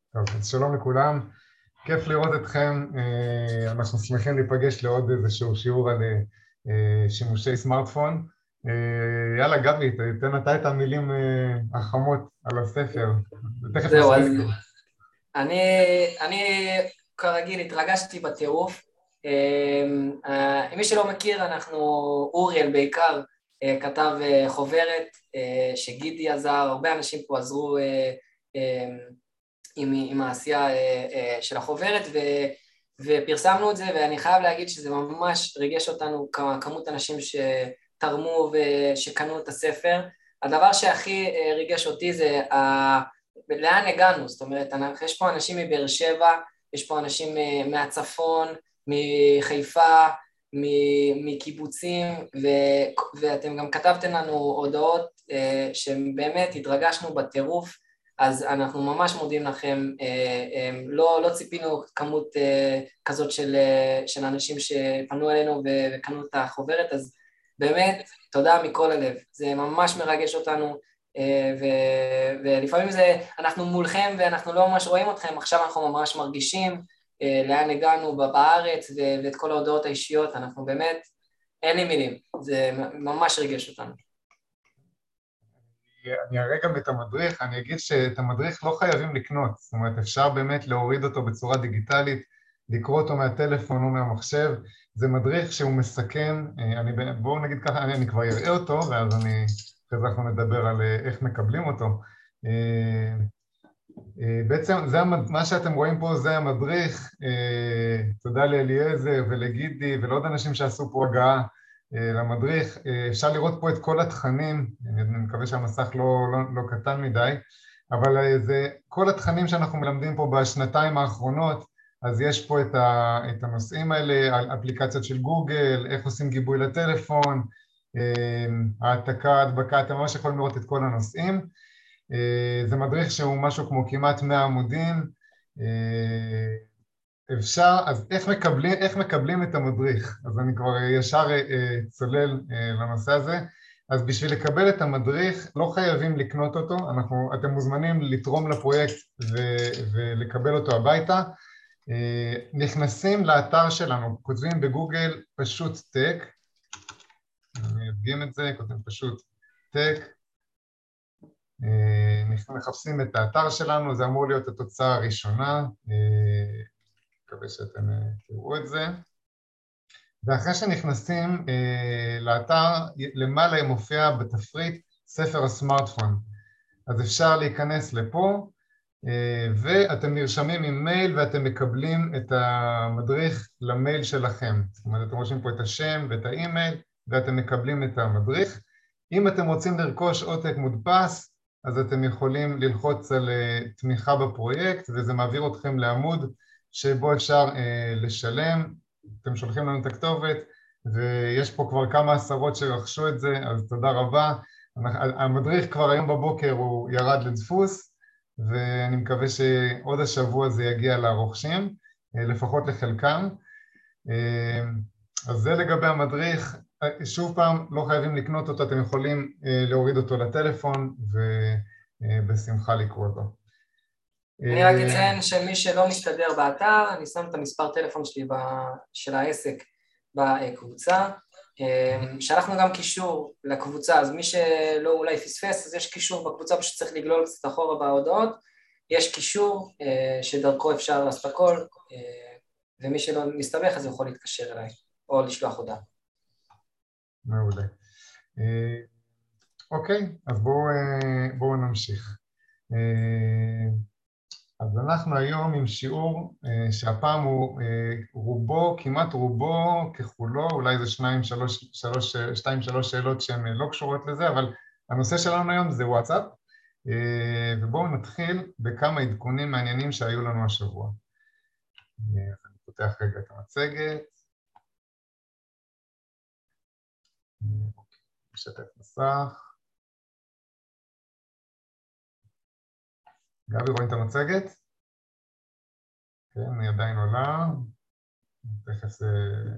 טוב, אז שלום לכולם, כיף לראות אתכם, אנחנו שמחים להיפגש לעוד איזשהו שיעור על שימושי סמארטפון. יאללה גבי, תן אתה את המילים החמות על הספר, ותכף זהו, אז נסביר. אני, אני כרגיל התרגשתי בטירוף. מי שלא מכיר, אוריאל בעיקר כתב חוברת שגידי עזר, הרבה אנשים פה עזרו עם העשייה של החוברת, ופרסמנו את זה, ואני חייב להגיד שזה ממש ריגש אותנו, כמות אנשים שתרמו ושקנו את הספר. הדבר שהכי ריגש אותי זה לאן הגענו, זאת אומרת, יש פה אנשים מבאר שבע, יש פה אנשים מהצפון, מחיפה, מקיבוצים, ואתם גם כתבתם לנו הודעות שבאמת התרגשנו בטירוף, אז אנחנו ממש מודים לכם. לא ציפינו כמות כזאת של אנשים שפנו אלינו וקנו את החוברת, אז באמת תודה מכל הלב, זה ממש מרגש אותנו. ולפעמים אנחנו מולכם ואנחנו לא ממש רואים אתכם, עכשיו אנחנו ממש מרגישים לאן הגענו בארץ, ואת כל ההודעות האישיות, אנחנו באמת, אין לי מילים, זה ממש ריגש אותנו. אני אראה גם את המדריך, אני אגיד שאת המדריך לא חייבים לקנות, זאת אומרת אפשר באמת להוריד אותו בצורה דיגיטלית, לקרוא אותו מהטלפון או מהמחשב, זה מדריך שהוא מסכם, בואו נגיד ככה, אני כבר אראה אותו, ואז אחרי זה אנחנו נדבר על איך מקבלים אותו. בעצם מה שאתם רואים פה זה המדריך, תודה לאליעזר ולגידי ולעוד אנשים שעשו פה הגעה למדריך. אפשר לראות פה את כל התכנים, אני מקווה שהמסך לא קטן מדי, אבל זה כל התכנים שאנחנו מלמדים פה בשנתיים האחרונות, אז יש פה את הנושאים האלה, על אפליקציות של גוגל, איך עושים גיבוי לטלפון, העתקה, הדבקה, אתם ממש יכולים לראות את כל הנושאים. זה מדריך שהוא משהו כמו כמעט 100 עמודים. אז איך מקבלים את המדריך? אז אני כבר ישר צולל לנושא הזה. אז בשביל לקבל את המדריך לא חייבים לקנות אותו, אתם מוזמנים לתרום לפרויקט ולקבל אותו הביתה. נכנסים לאתר שלנו, כותבים בגוגל פשוט טק, אני אדגים את זה, כותבים פשוט טק, מחפשים את האתר שלנו, זה אמור להיות התוצאה הראשונה, מקווה שאתם תראו את זה. ואחרי שנכנסים לאתר, למעלה מופיע בתפריט ספר הסמארטפון. אז אפשר להיכנס לפה, ואתם נרשמים עם מייל ואתם מקבלים את המדריך למייל שלכם. זאת אומרת, אתם רושמים פה את השם ואת האימייל, ואתם מקבלים את המדריך. אם אתם רוצים לרכוש עותק מודפס, אז אתם יכולים ללחוץ על תמיכה בפרויקט, וזה מעביר אתכם לעמוד שבו אפשר לשלם. אתם שולחים לנו את הכתובת, ויש פה כבר כמה עשרות שרכשו את זה, אז תודה רבה. המדריך כבר היום בבוקר הוא ירד לדפוס, ואני מקווה שעוד השבוע זה יגיע לרוכשים, לפחות לחלקם. אז זה לגבי המדריך. שוב פעם, לא חייבים לקנות אותו, אתם יכולים להוריד אותו לטלפון ובשמחה לקרוא אותו. אני רק אציין שמי שלא מסתדר באתר, אני שם את המספר טלפון שלי של העסק בקבוצה. שלחנו גם קישור לקבוצה, אז מי שלא אולי פספס, אז יש קישור בקבוצה, פשוט צריך לגלול קצת אחורה בהודעות, יש קישור שדרכו אפשר לעשות הכל, ומי שלא מסתבך אז הוא יכול להתקשר אליי, או לשלוח הודעה. מעולה. אוקיי, אז בואו נמשיך. אז אנחנו היום עם שיעור שהפעם הוא כמעט רובו ככולו, אולי זה 2-3 שאלות שהן לא קשורות לזה, אבל הנושא שלנו היום זה וואטסאפ, ובואו נתחיל בכמה עדכונים מעניינים שהיו לנו השבוע. אני פותח רגע את המצגת. משתף מסך. גבי, רואים את המצגת? כן, היא עדיין עולה. תכף זה...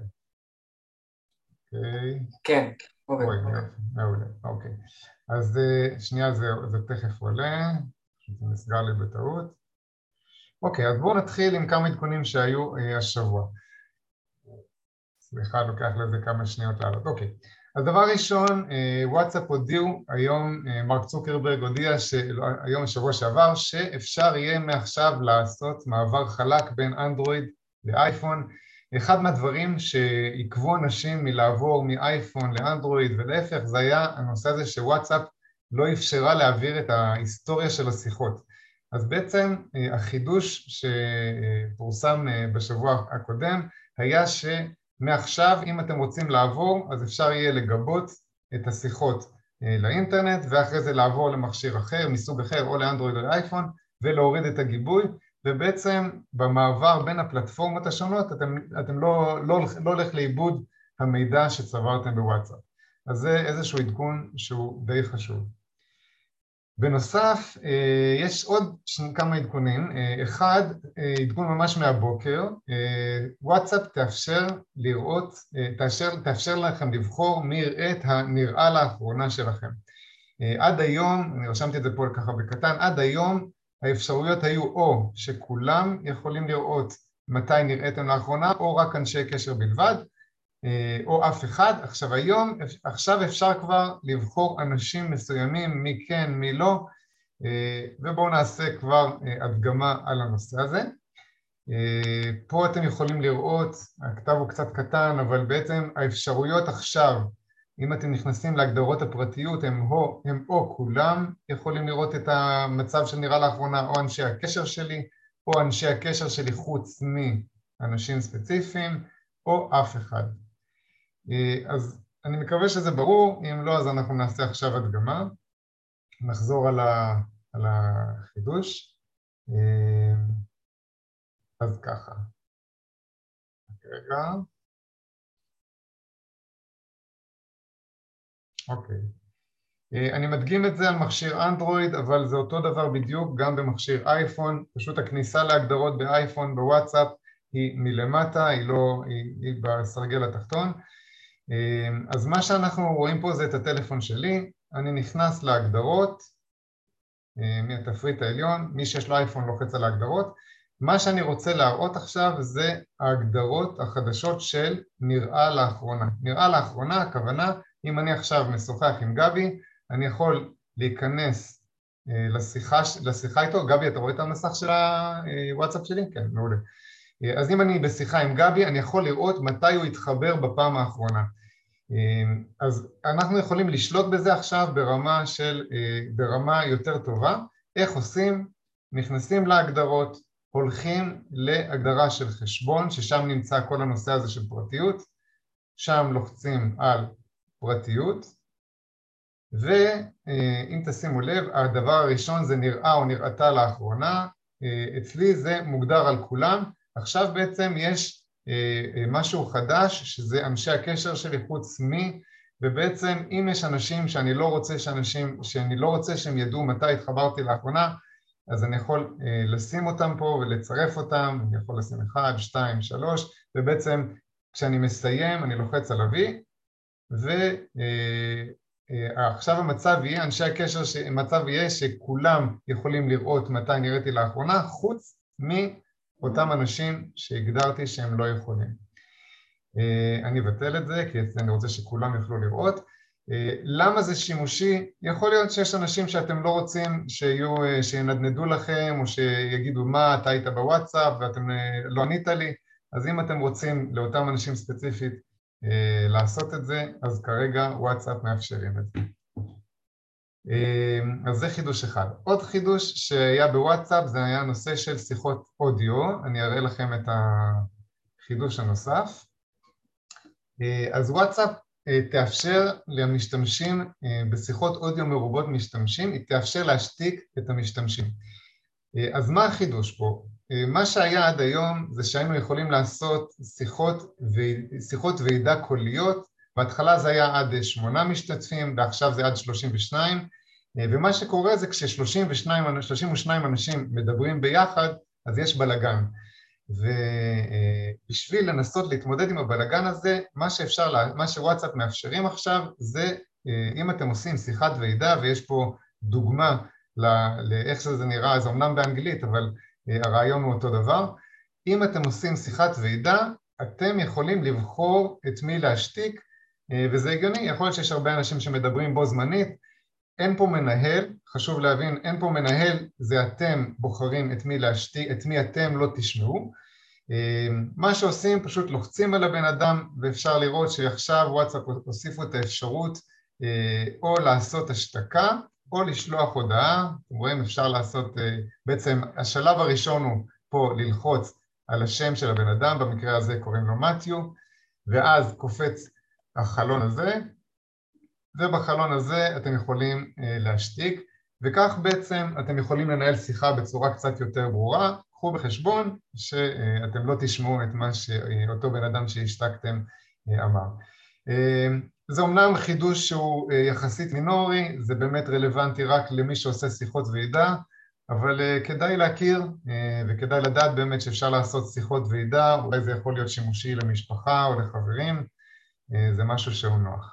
אוקיי. כן, אוי, מעולה, אוקיי. אז שנייה, זה תכף עולה. זה נסגר לי בטעות. אוקיי, אז בואו נתחיל עם כמה עדכונים שהיו השבוע. סליחה, לוקח לזה כמה שניות לעלות. אוקיי, אז דבר ראשון, וואטסאפ הודיעו היום, מרק צוקרברג הודיע היום שבוע שעבר, שאפשר יהיה מעכשיו לעשות מעבר חלק בין אנדרואיד לאייפון. אחד מהדברים שעיכבו אנשים מלעבור מאייפון לאנדרואיד ולהפך, זה היה הנושא הזה שוואטסאפ לא אפשרה להעביר את ההיסטוריה של השיחות. אז בעצם החידוש שפורסם בשבוע הקודם היה שמעכשיו אם אתם רוצים לעבור אז אפשר יהיה לגבות את השיחות לאינטרנט ואחרי זה לעבור למכשיר אחר מסוג אחר או לאנדרואיד או לאייפון ולהוריד את הגיבוי, ובעצם במעבר בין הפלטפורמות השונות אתם לא הולך לאיבוד המידע שצברתם בוואטסאפ. אז זה איזשהו עדכון שהוא די חשוב. בנוסף, יש עוד כמה עדכונים. אחד, עדכון ממש מהבוקר, וואטסאפ תאפשר לכם לבחור מי יראה את הנראה לאחרונה שלכם. עד היום, אני רשמתי את זה פה ככה בקטן, עד היום האפשרויות היו או שכולם יכולים לראות מתי נראיתם לאחרונה, או רק אנשי קשר בלבד, או אף אחד. עכשיו אפשר כבר לבחור אנשים מסוימים, מי כן, מי לא, ובואו נעשה כבר הדגמה על הנושא הזה. פה אתם יכולים לראות, הכתב הוא קצת קטן, אבל בעצם האפשרויות עכשיו, אם אתם נכנסים להגדרות הפרטיות, הם או כולם יכולים לראות את המצב שנראה לאחרונה, או אנשי הקשר שלי, או אנשי הקשר שלי חוץ מאנשים ספציפיים, או אף אחד. אז אני מקווה שזה ברור, אם לא אז אנחנו נעשה עכשיו הדגמה, נחזור על החידוש. אז ככה. רגע. אוקיי. אני מדגים את זה על מכשיר אנדרואיד, אבל זה אותו דבר בדיוק גם במכשיר אייפון, פשוט הכניסה להגדרות באייפון, בוואטסאפ, היא מלמטה, היא בסרגל התחתון. אז מה שאנחנו רואים פה זה את הטלפון שלי, אני נכנס להגדרות, מהתפריט העליון, מי שיש לו אייפון לוחץ על ההגדרות, מה שאני רוצה להראות עכשיו זה ההגדרות החדשות של נראה לאחרונה. נראה לאחרונה, הכוונה, אם אני עכשיו משוחח עם גבי, אני יכול להיכנס לשיחה איתו. גבי, אתה רואה את המסך של הוואטסאפ שלי? כן, מעולה. אז אם אני בשיחה עם גבי, אני יכול לראות מתי הוא התחבר בפעם האחרונה. אז אנחנו יכולים לשלוט בזה עכשיו ברמה יותר טובה. איך עושים? נכנסים להגדרות, הולכים להגדרה של חשבון, ששם נמצא כל הנושא הזה של פרטיות, שם לוחצים על פרטיות, ואם תשימו לב, הדבר הראשון זה נראה או נראתה לאחרונה, אצלי זה מוגדר על כולם. עכשיו בעצם יש משהו חדש, שזה אנשי הקשר שלי חוץ מי, ובעצם אם יש אנשים שאני לא רוצה שהם ידעו מתי התחברתי לאחרונה, אז אני יכול לשים אותם פה ולצרף אותם, אני יכול לשים 1, 2, 3, ובעצם כשאני מסיים אני לוחץ על וי, ועכשיו המצב יהיה, אנשי הקשר, המצב יהיה שכולם יכולים לראות מתי נראיתי לאחרונה, חוץ מאותם אנשים שהגדרתי שהם לא יכולים. אני אבטל את זה, כי אני רוצה שכולם יוכלו לראות. למה זה שימושי? יכול להיות שיש אנשים שאתם לא רוצים שינדנדו לכם, או שיגידו מה, אתה היית בוואטסאפ ואתם לא ענית לי, אז אם אתם רוצים לאותם אנשים ספציפית לעשות את זה, אז כרגע וואטסאפ מאפשרים את זה. אז זה חידוש אחד. עוד חידוש שהיה בוואטסאפ זה היה נושא של שיחות אודיו, אני אראה לכם את החידוש הנוסף. אז וואטסאפ תאפשר למשתמשים בשיחות אודיו מרובות משתמשים, היא תאפשר להשתיק את המשתמשים. אז מה החידוש פה? מה שהיה עד היום זה שהיינו יכולים לעשות שיחות ועידה קוליות, בהתחלה זה היה עד 8 משתתפים ועכשיו זה עד 32, ומה שקורה זה כש32 אנשים מדברים ביחד אז יש בלגן. ובשביל לנסות להתמודד עם הבלגן הזה, מה שוואטסאפ מאפשרים עכשיו זה, אם אתם עושים שיחת ועידה, ויש פה דוגמה לאיך שזה נראה, זה אמנם באנגלית, אבל הרעיון הוא אותו דבר. אם אתם עושים שיחת ועידה, אתם יכולים לבחור את מי להשתיק, וזה הגיוני, יכול להיות שיש הרבה אנשים שמדברים בו זמנית, אין פה מנהל, חשוב להבין, אין פה מנהל, זה אתם בוחרים את מי להשתיק, את מי אתם לא תשמעו. מה שעושים, פשוט לוחצים על הבן אדם, ואפשר לראות שעכשיו וואטסאפ הוסיפו את האפשרות או לעשות השתקה, או לשלוח הודעה. אתם רואים, אפשר לעשות, בעצם השלב הראשון הוא פה ללחוץ על השם של הבן אדם, במקרה הזה קוראים לו מתיו, ואז קופץ החלון הזה, ובחלון הזה אתם יכולים להשתיק, וכך בעצם אתם יכולים לנהל שיחה בצורה קצת יותר ברורה. קחו בחשבון שאתם לא תשמעו את מה שאותו בן אדם שהשתקתם אמר. זה אומנם חידוש שהוא יחסית מינורי, זה באמת רלוונטי רק למי שעושה שיחות ועידה, אבל כדאי להכיר וכדאי לדעת באמת שאפשר לעשות שיחות ועידה, אולי זה יכול להיות שימושי למשפחה או לחברים, זה משהו שהוא נוח.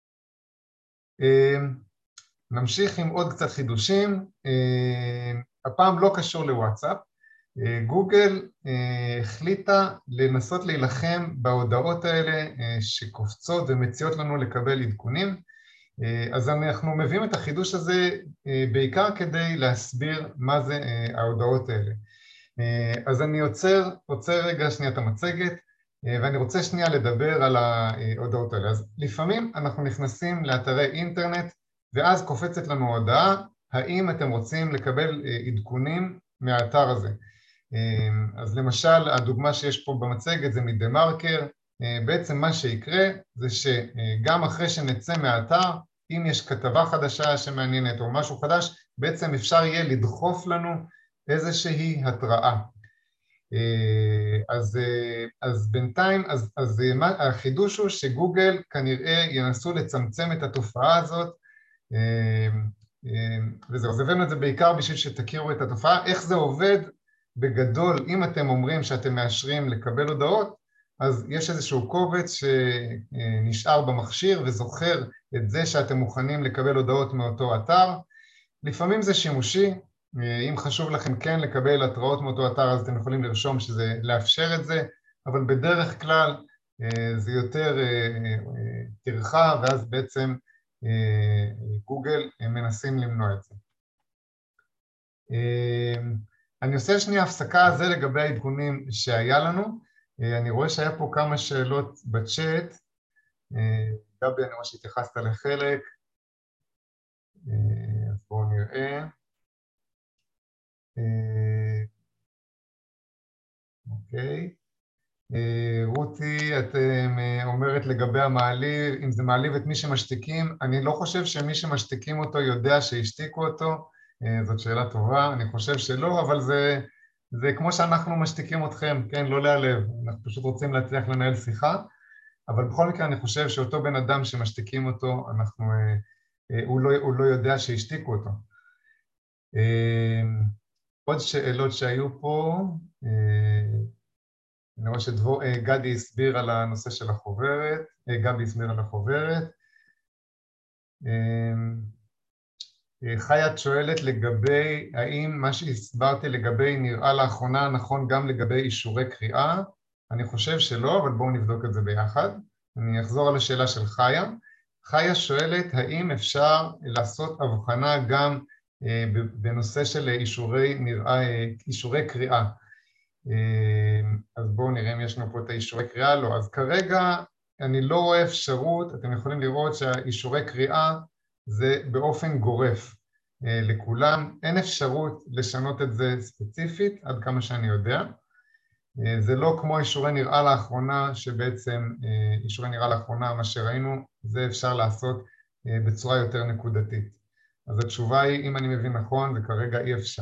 נמשיך עם עוד קצת חידושים, הפעם לא קשור לוואטסאפ. גוגל החליטה לנסות להילחם בהודעות האלה שקופצות ומציעות לנו לקבל עדכונים, אז אנחנו מביאים את החידוש הזה בעיקר כדי להסביר מה זה ההודעות האלה. אז אני עוצר רגע שנייה את המצגת, ואני רוצה שנייה לדבר על ההודעות האלה. אז לפעמים אנחנו נכנסים לאתרי אינטרנט, ואז קופצת לנו הודעה, האם אתם רוצים לקבל עדכונים מהאתר הזה. אז למשל, הדוגמה שיש פה במצגת זה מדה-מרקר, בעצם מה שיקרה זה שגם אחרי שנצא מהאתר, אם יש כתבה חדשה שמעניינת או משהו חדש, בעצם אפשר יהיה לדחוף לנו איזושהי התראה. אז בינתיים, החידוש הוא שגוגל כנראה ינסו לצמצם את התופעה הזאת, וזהו, אז הבאנו את זה בעיקר בשביל שתכירו את התופעה. איך זה עובד בגדול? אם אתם אומרים שאתם מאשרים לקבל הודעות, אז יש איזשהו קובץ שנשאר במכשיר וזוכר את זה שאתם מוכנים לקבל הודעות מאותו אתר. לפעמים זה שימושי, אם חשוב לכם כן לקבל התראות מאותו אתר, אז אתם יכולים לרשום שזה לאפשר את זה, אבל בדרך כלל זה יותר טרחה, ואז בעצם גוגל מנסים למנוע את זה. אני עושה שנייה הפסקה זה לגבי העדכונים שהיה לנו. אני רואה שהיה פה כמה שאלות בצ'אט. גבי, אני רואה שהתייחסת לחלק. אז בואו נראה. אוקיי. רותי, את אומרת לגבי המעליב, אם זה מעליב את מי שמשתיקים, אני לא חושב שמי שמשתיקים אותו יודע שהשתיקו אותו, זאת שאלה טובה, אני חושב שלא, אבל זה כמו שאנחנו משתיקים אתכם, כן, לא להעלב, אנחנו פשוט רוצים להצליח לנהל שיחה, אבל בכל מקרה אני חושב שאותו בן אדם שמשתיקים אותו, הוא לא יודע שהשתיקו אותו. עוד שאלות שהיו פה, אני רואה שגדי הסביר על הנושא של החוברת, גבי הסביר על החוברת. חיית שואלת לגבי, האם מה שהסברתי לגבי נראה לאחרונה נכון גם לגבי אישורי קריאה? אני חושב שלא, אבל בואו נבדוק את זה ביחד. אני אחזור על השאלה של חיה. חיה שואלת, האם אפשר לעשות הבחנה גם בנושא של אישורי קריאה? אז בואו נראה אם יש לנו פה את האישורי קריאה, לא. אז כרגע אני לא רואה אפשרות, אתם יכולים לראות שהאישורי קריאה זה באופן גורף לכולם, אין אפשרות לשנות את זה ספציפית, עד כמה שאני יודע. זה לא כמו אישורי נראה לאחרונה, שבעצם אישורי נראה לאחרונה, מה שראינו, זה אפשר לעשות בצורה יותר נקודתית. אז התשובה היא, אם אני מבין נכון, וכרגע אי אפשר.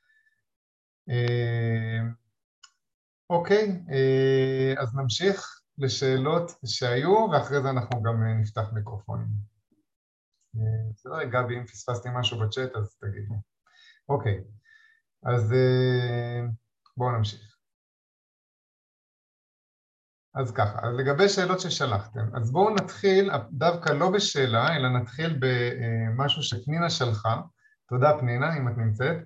אוקיי, אז נמשיך לשאלות שהיו, ואחרי זה אנחנו גם נפתח מיקרופונים. בסדר, גבי, אם פספסתי משהו בצ'אט, אז תגידו. אוקיי, אז בואו נמשיך. אז ככה, אז לגבי שאלות ששלחתם, אז בואו נתחיל דווקא לא בשאלה, אלא נתחיל במשהו שפנינה שלחה. תודה פנינה, אם את נמצאת.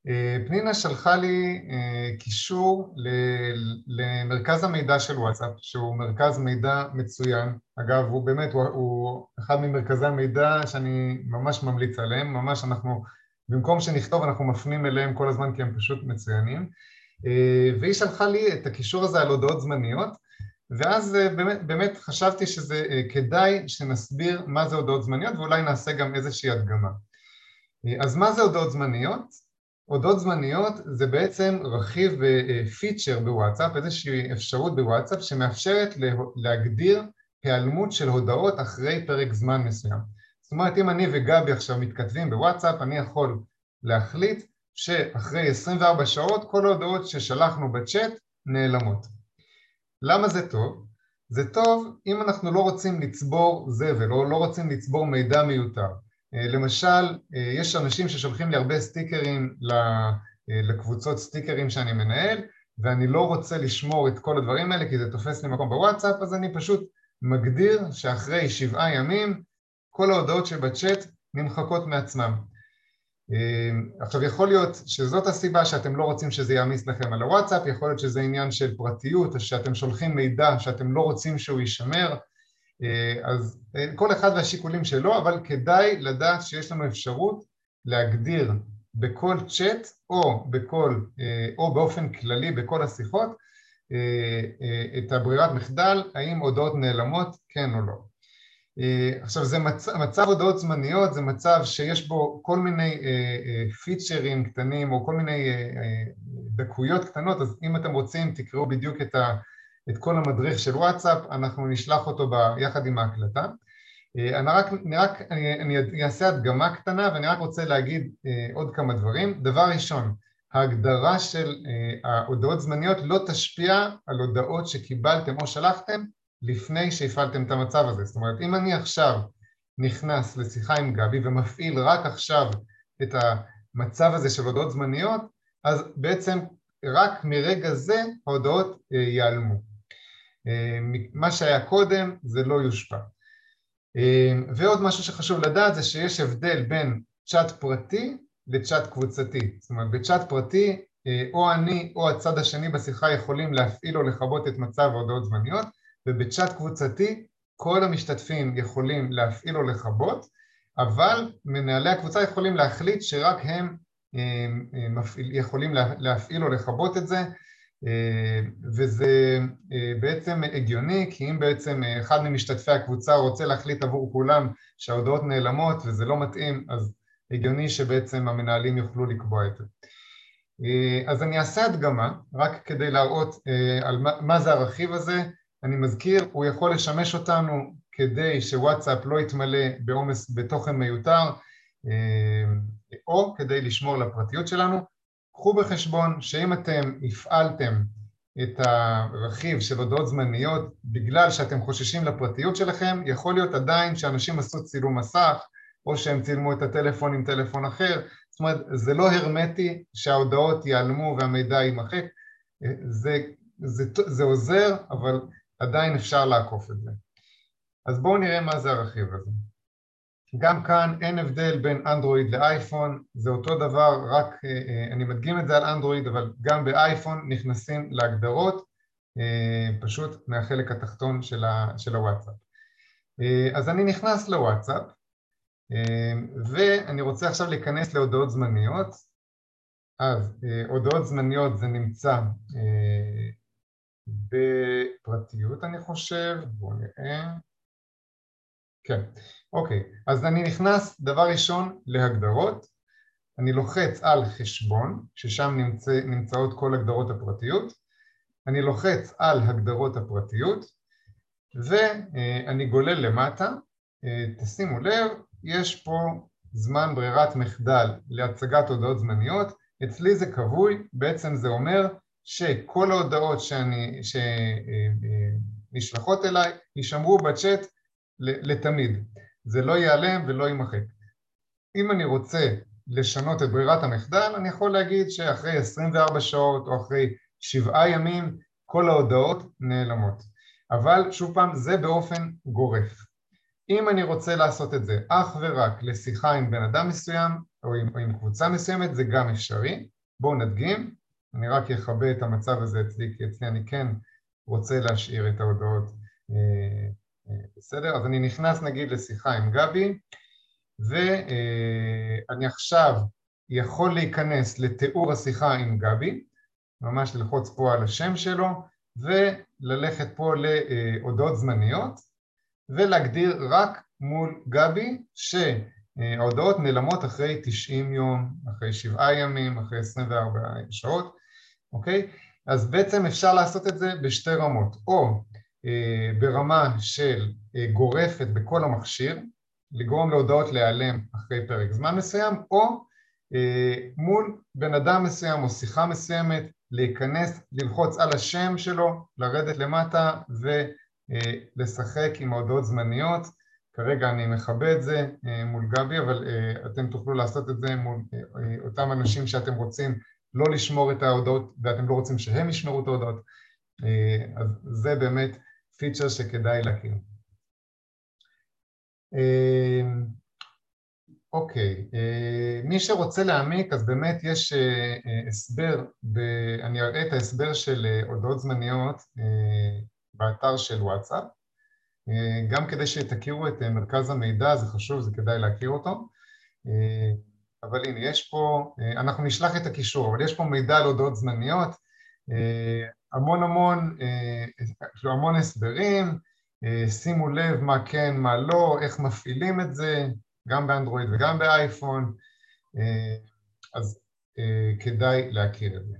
פנינה שלחה לי קישור למרכז המידע של וואטסאפ, שהוא מרכז מידע מצוין. אגב, הוא באמת, הוא אחד ממרכזי המידע שאני ממש ממליץ עליהם, ממש אנחנו, במקום שנכתוב אנחנו מפנים אליהם כל הזמן כי הם פשוט מצוינים. והיא שלחה לי את הקישור הזה על הודעות זמניות, ואז באמת חשבתי שזה כדאי שנסביר מה זה הודעות זמניות, ואולי נעשה גם איזושהי הדגמה. אז מה זה הודעות זמניות? הודעות זמניות זה בעצם רכיב ופיצ'ר בוואטסאפ, איזושהי אפשרות בוואטסאפ שמאפשרת להגדיר היעלמות של הודעות אחרי פרק זמן מסוים. זאת אומרת, אם אני וגבי עכשיו מתכתבים בוואטסאפ, אני יכול להחליט שאחרי 24 שעות כל ההודעות ששלחנו בצ'אט נעלמות. למה זה טוב? זה טוב אם אנחנו לא רוצים לצבור זבל, או לא רוצים לצבור מידע מיותר. למשל, יש אנשים ששולחים לי הרבה סטיקרים לקבוצות סטיקרים שאני מנהל, ואני לא רוצה לשמור את כל הדברים האלה כי זה תופס לי מקום בוואטסאפ, אז אני פשוט מגדיר שאחרי 7 ימים כל ההודעות שבצ'אט נמחקות מעצמם. עכשיו יכול להיות שזאת הסיבה שאתם לא רוצים שזה יעמיס לכם על הוואטסאפ, יכול להיות שזה עניין של פרטיות, שאתם שולחים מידע שאתם לא רוצים שהוא יישמר, אז כל אחד והשיקולים שלו, אבל כדאי לדעת שיש לנו אפשרות להגדיר בכל צ'אט או באופן כללי בכל השיחות את הברירת מחדל, האם הודעות נעלמות כן או לא. עכשיו זה מצב הודעות זמניות, זה מצב שיש בו כל מיני פיצ'רים קטנים או כל מיני דקויות קטנות, אז אם אתם רוצים תקראו בדיוק את כל המדריך של וואטסאפ, אנחנו נשלח אותו יחד עם ההקלטה. אני אעשה הדגמה קטנה ואני רק רוצה להגיד עוד כמה דברים. דבר ראשון, ההגדרה של ההודעות זמניות לא תשפיע על הודעות שקיבלתם או שלחתם לפני שהפעלתם את המצב הזה. זאת אומרת, אם אני עכשיו נכנס לשיחה עם גבי ומפעיל רק עכשיו את המצב הזה של הודעות זמניות, אז בעצם רק מרגע זה ההודעות ייעלמו. מה שהיה קודם זה לא יושפע. ועוד משהו שחשוב לדעת זה שיש הבדל בין צ'אט פרטי לצ'אט קבוצתי. זאת אומרת, בצ'אט פרטי או אני או הצד השני בשיחה יכולים להפעיל או לכבות את מצב ההודעות זמניות, ובצ'אט קבוצתי כל המשתתפים יכולים להפעיל או לכבות, אבל מנהלי הקבוצה יכולים להחליט שרק הם יכולים להפעיל או לכבות את זה, וזה בעצם הגיוני, כי אם בעצם אחד ממשתתפי הקבוצה רוצה להחליט עבור כולם שההודעות נעלמות וזה לא מתאים, אז הגיוני שבעצם המנהלים יוכלו לקבוע את זה. אז אני אעשה הדגמה, רק כדי להראות על מה זה הרכיב הזה. אני מזכיר, הוא יכול לשמש אותנו כדי שוואטסאפ לא יתמלא בעומס בתוכן מיותר, או כדי לשמור לפרטיות שלנו. קחו בחשבון שאם אתם הפעלתם את הרכיב של הודעות זמניות בגלל שאתם חוששים לפרטיות שלכם, יכול להיות עדיין שאנשים עשו צילום מסך, או שהם צילמו את הטלפון עם טלפון אחר. זאת אומרת, זה לא הרמטי שההודעות ייעלמו והמידע יימחק, זה עוזר, אבל עדיין אפשר לעקוף את זה. אז בואו נראה מה זה הרכיב הזה. גם כאן אין הבדל בין אנדרואיד לאייפון, זה אותו דבר, רק אני מדגים את זה על אנדרואיד, אבל גם באייפון נכנסים להגדרות, פשוט מהחלק התחתון של הוואטסאפ. אז אני נכנס לוואטסאפ, ואני רוצה עכשיו להיכנס להודעות זמניות. אז הודעות זמניות זה נמצא בפרטיות אני חושב, בואו נראה. כן, אוקיי, אז אני נכנס דבר ראשון להגדרות, אני לוחץ על חשבון, ששם נמצאות כל הגדרות הפרטיות, אני לוחץ על הגדרות הפרטיות, ואני גולל למטה, תשימו לב, יש פה זמן ברירת מחדל להצגת הודעות זמניות, אצלי זה קבוי, בעצם זה אומר שכל ההודעות שנשלחות אליי יישמרו בצ'אט לתמיד, זה לא ייעלם ולא יימחק. אם אני רוצה לשנות את ברירת המחדל, אני יכול להגיד שאחרי 24 שעות או אחרי 7 ימים כל ההודעות נעלמות. אבל שוב פעם, זה באופן גורף. אם אני רוצה לעשות את זה אך ורק לשיחה עם בן אדם מסוים או עם קבוצה מסוימת, זה גם אפשרי. בואו נדגים, אני רק אחבא את המצב הזה אצלי, כי אצלי אני כן רוצה להשאיר את ההודעות בסדר. אז אני נכנס נגיד לשיחה עם גבי, ואני עכשיו יכול להיכנס לתיאור השיחה עם גבי, ממש ללחוץ פה על השם שלו, וללכת פה להודעות זמניות, ולהגדיר רק מול גבי שההודעות נעלמות אחרי 90 יום, אחרי 7 ימים, אחרי 24 שעות, אוקיי? אז בעצם אפשר לעשות את זה בשתי רמות, או ברמה של גורפת בכל המכשיר, לגרום להודעות להיעלם אחרי פרק זמן מסוים, או מול בן אדם מסוים או שיחה מסוימת, להיכנס, ללחוץ על השם שלו, לרדת למטה ולשחק עם ההודעות זמניות. כרגע אני מכבה את זה מול גבי, אבל אתם תוכלו לעשות את זה מול אותם אנשים שאתם רוצים לא לשמור את ההודעות ואתם לא רוצים שהם ישמרו את ההודעות. אז זה באמת פיצ'ר שכדאי להכיר. אוקיי, מי שרוצה להעמיק, אז באמת יש הסבר, אני אראה את ההסבר של הודעות זמניות באתר של וואטסאפ, גם כדי שתכירו את מרכז המידע, זה חשוב, זה כדאי להכיר אותו, אבל הנה, יש פה, אנחנו נשלח את הקישור, אבל יש פה מידע על הודעות זמניות, המון הסברים, שימו לב מה כן, מה לא, איך מפעילים את זה, גם באנדרואיד וגם באייפון, אז כדאי להכיר את זה.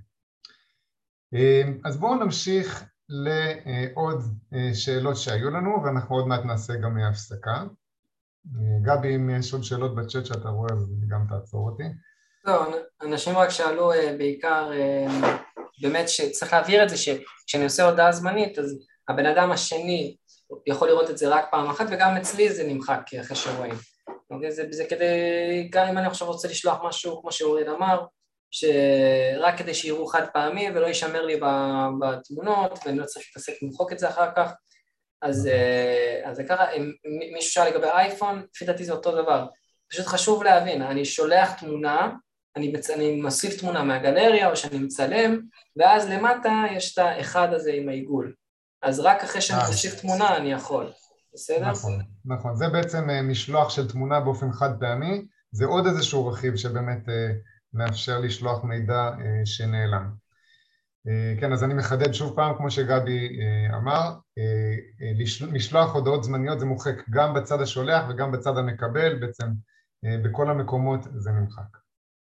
אז בואו נמשיך לעוד שאלות שהיו לנו, ואנחנו עוד מעט נעשה גם הפסקה. גבי, אם יש עוד שאלות בצ'אט שאתה רואה, אז גם תעצור אותי. לא, אנשים רק שאלו בעיקר, באמת שצריך להבהיר את זה, שכשאני עושה הודעה זמנית, אז הבן אדם השני יכול לראות את זה רק פעם אחת, וגם אצלי זה נמחק אחרי שרואים. זה כדי, גם אם אני עכשיו רוצה לשלוח משהו, כמו שאוריאל אמר, שרק כדי שיראו חד פעמי ולא יישמר לי בתמונות, ואני לא צריך להתעסק למחוק את זה אחר כך, אז זה ככה, מישהו שאל לגבי אייפון, לפי דעתי זה אותו דבר. פשוט חשוב להבין, אני שולח תמונה, אני מוסיף תמונה מהגלריה, או שאני מצלם, ואז למטה יש את האחד הזה עם העיגול. אז רק אחרי שאני מוסיף תמונה אני יכול. בסדר? נכון, נכון. זה בעצם משלוח של תמונה באופן חד פעמי, זה עוד איזשהו רכיב שבאמת מאפשר לשלוח מידע שנעלם. כן, אז אני מחדד שוב פעם, כמו שגבי אמר, משלוח הודעות זמניות זה מוחק גם בצד השולח וגם בצד המקבל, בעצם בכל המקומות זה נמחק.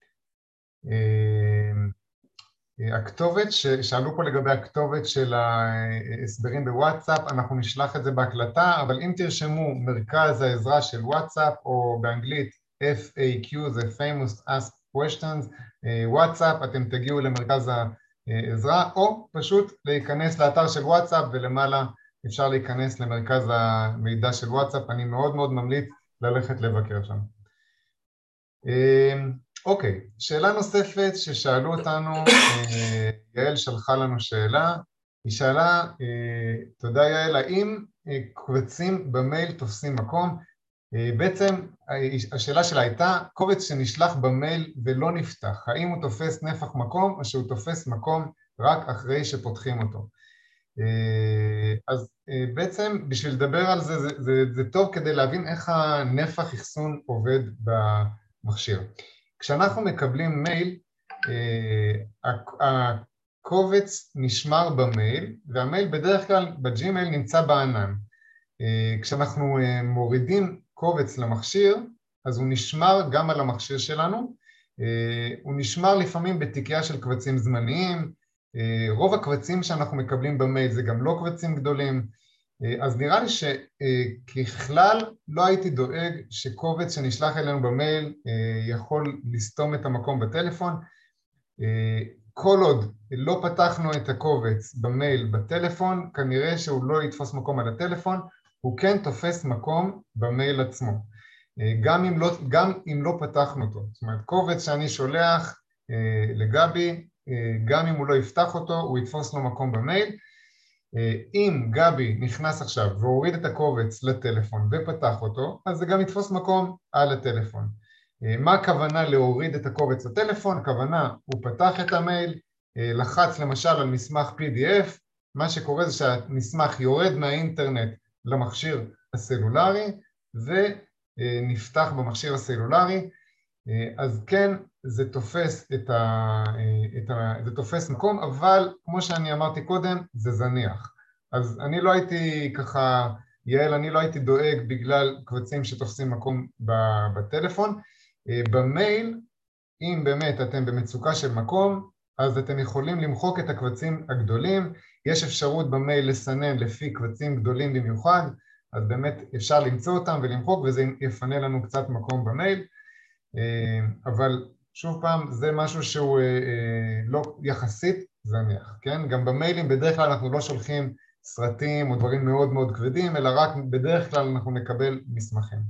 הכתובת, שאלו פה לגבי הכתובת של ההסברים בוואטסאפ, אנחנו נשלח את זה בהקלטה, אבל אם תרשמו מרכז העזרה של וואטסאפ, או באנגלית FAQ, זה Famous Asked Questions, וואטסאפ, אתם תגיעו למרכז העזרה, או פשוט להיכנס לאתר של וואטסאפ, ולמעלה אפשר להיכנס למרכז המידע של וואטסאפ, אני מאוד מאוד ממליץ ללכת לבקר שם. אוקיי, שאלה נוספת ששאלו אותנו, יעל שלחה לנו שאלה, היא שאלה, תודה יעל, האם קבצים במייל תופסים מקום? בעצם השאלה שלה הייתה, קובץ שנשלח במייל ולא נפתח, האם הוא תופס נפח מקום או שהוא תופס מקום רק אחרי שפותחים אותו? אז בעצם בשביל לדבר על זה, זה טוב כדי להבין איך הנפח אחסון עובד במכשיר. כשאנחנו מקבלים מייל, הקובץ נשמר במייל, והמייל בדרך כלל בג'ימייל נמצא בענן. כשאנחנו מורידים קובץ למכשיר, אז הוא נשמר גם על המכשיר שלנו, הוא נשמר לפעמים בתיקייה של קבצים זמניים, רוב הקבצים שאנחנו מקבלים במייל זה גם לא קבצים גדולים, אז נראה לי שככלל לא הייתי דואג שקובץ שנשלח אלינו במייל יכול לסתום את המקום בטלפון. כל עוד לא פתחנו את הקובץ במייל בטלפון, כנראה שהוא לא יתפוס מקום על הטלפון, הוא כן תופס מקום במייל עצמו, גם אם לא פתחנו אותו. זאת אומרת, קובץ שאני שולח לגבי, גם אם הוא לא יפתח אותו, הוא יתפוס לו מקום במייל. אם גבי נכנס עכשיו והוריד את הקובץ לטלפון ופתח אותו, אז זה גם יתפוס מקום על הטלפון. מה הכוונה להוריד את הקובץ לטלפון? הכוונה, הוא פתח את המייל, לחץ למשל על מסמך PDF, מה שקורה זה שהמסמך יורד מהאינטרנט למכשיר הסלולרי, ונפתח במכשיר הסלולרי, אז כן, זה תופס מקום, אבל כמו שאני אמרתי קודם, זה זניח. אז אני לא הייתי ככה, יעל, אני לא הייתי דואג בגלל קבצים שתופסים מקום בטלפון. במייל, אם באמת אתם במצוקה של מקום, אז אתם יכולים למחוק את הקבצים הגדולים. יש אפשרות במייל לסנן לפי קבצים גדולים במיוחד, אז באמת אפשר למצוא אותם ולמחוק, וזה יפנה לנו קצת מקום במייל. אבל שוב פעם, זה משהו שהוא לא יחסית זניח, כן? גם במיילים בדרך כלל אנחנו לא שולחים סרטים או דברים מאוד מאוד כבדים, אלא רק בדרך כלל אנחנו נקבל מסמכים.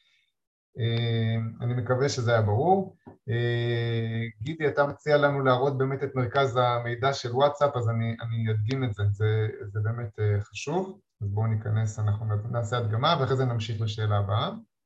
אני מקווה שזה היה ברור. גידי, אתה מציע לנו להראות באמת את מרכז המידע של וואטסאפ, אז אני אדגים את זה, זה באמת חשוב. אז בואו ניכנס, אנחנו נעשה הדגמה ואחרי זה נמשיך לשאלה הבאה.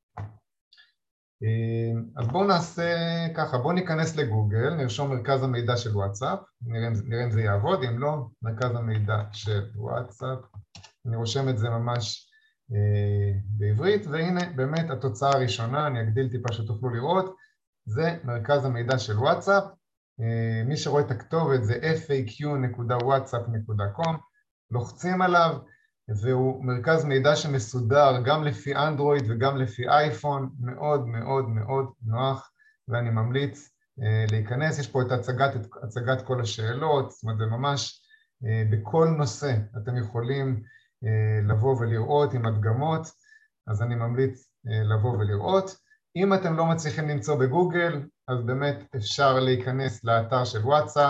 אז בואו נעשה ככה, בואו ניכנס לגוגל, נרשום מרכז המידע של וואטסאפ, נראה אם זה יעבוד, אם לא, מרכז המידע של וואטסאפ, אני רושם את זה ממש בעברית, והנה באמת התוצאה הראשונה, אני אגדיל טיפה שתוכלו לראות, זה מרכז המידע של וואטסאפ, מי שרואה את הכתובת זה faq.whatsapp.com, לוחצים עליו, והוא מרכז מידע שמסודר גם לפי אנדרואיד וגם לפי אייפון, מאוד מאוד מאוד נוח, ואני ממליץ להיכנס. יש פה את הצגת כל השאלות, זאת אומרת זה ממש בכל נושא אתם יכולים לבוא ולראות עם הדגמות, אז אני ממליץ לבוא ולראות. אם אתם לא מצליחים למצוא בגוגל, אז באמת אפשר להיכנס לאתר של וואטסאפ,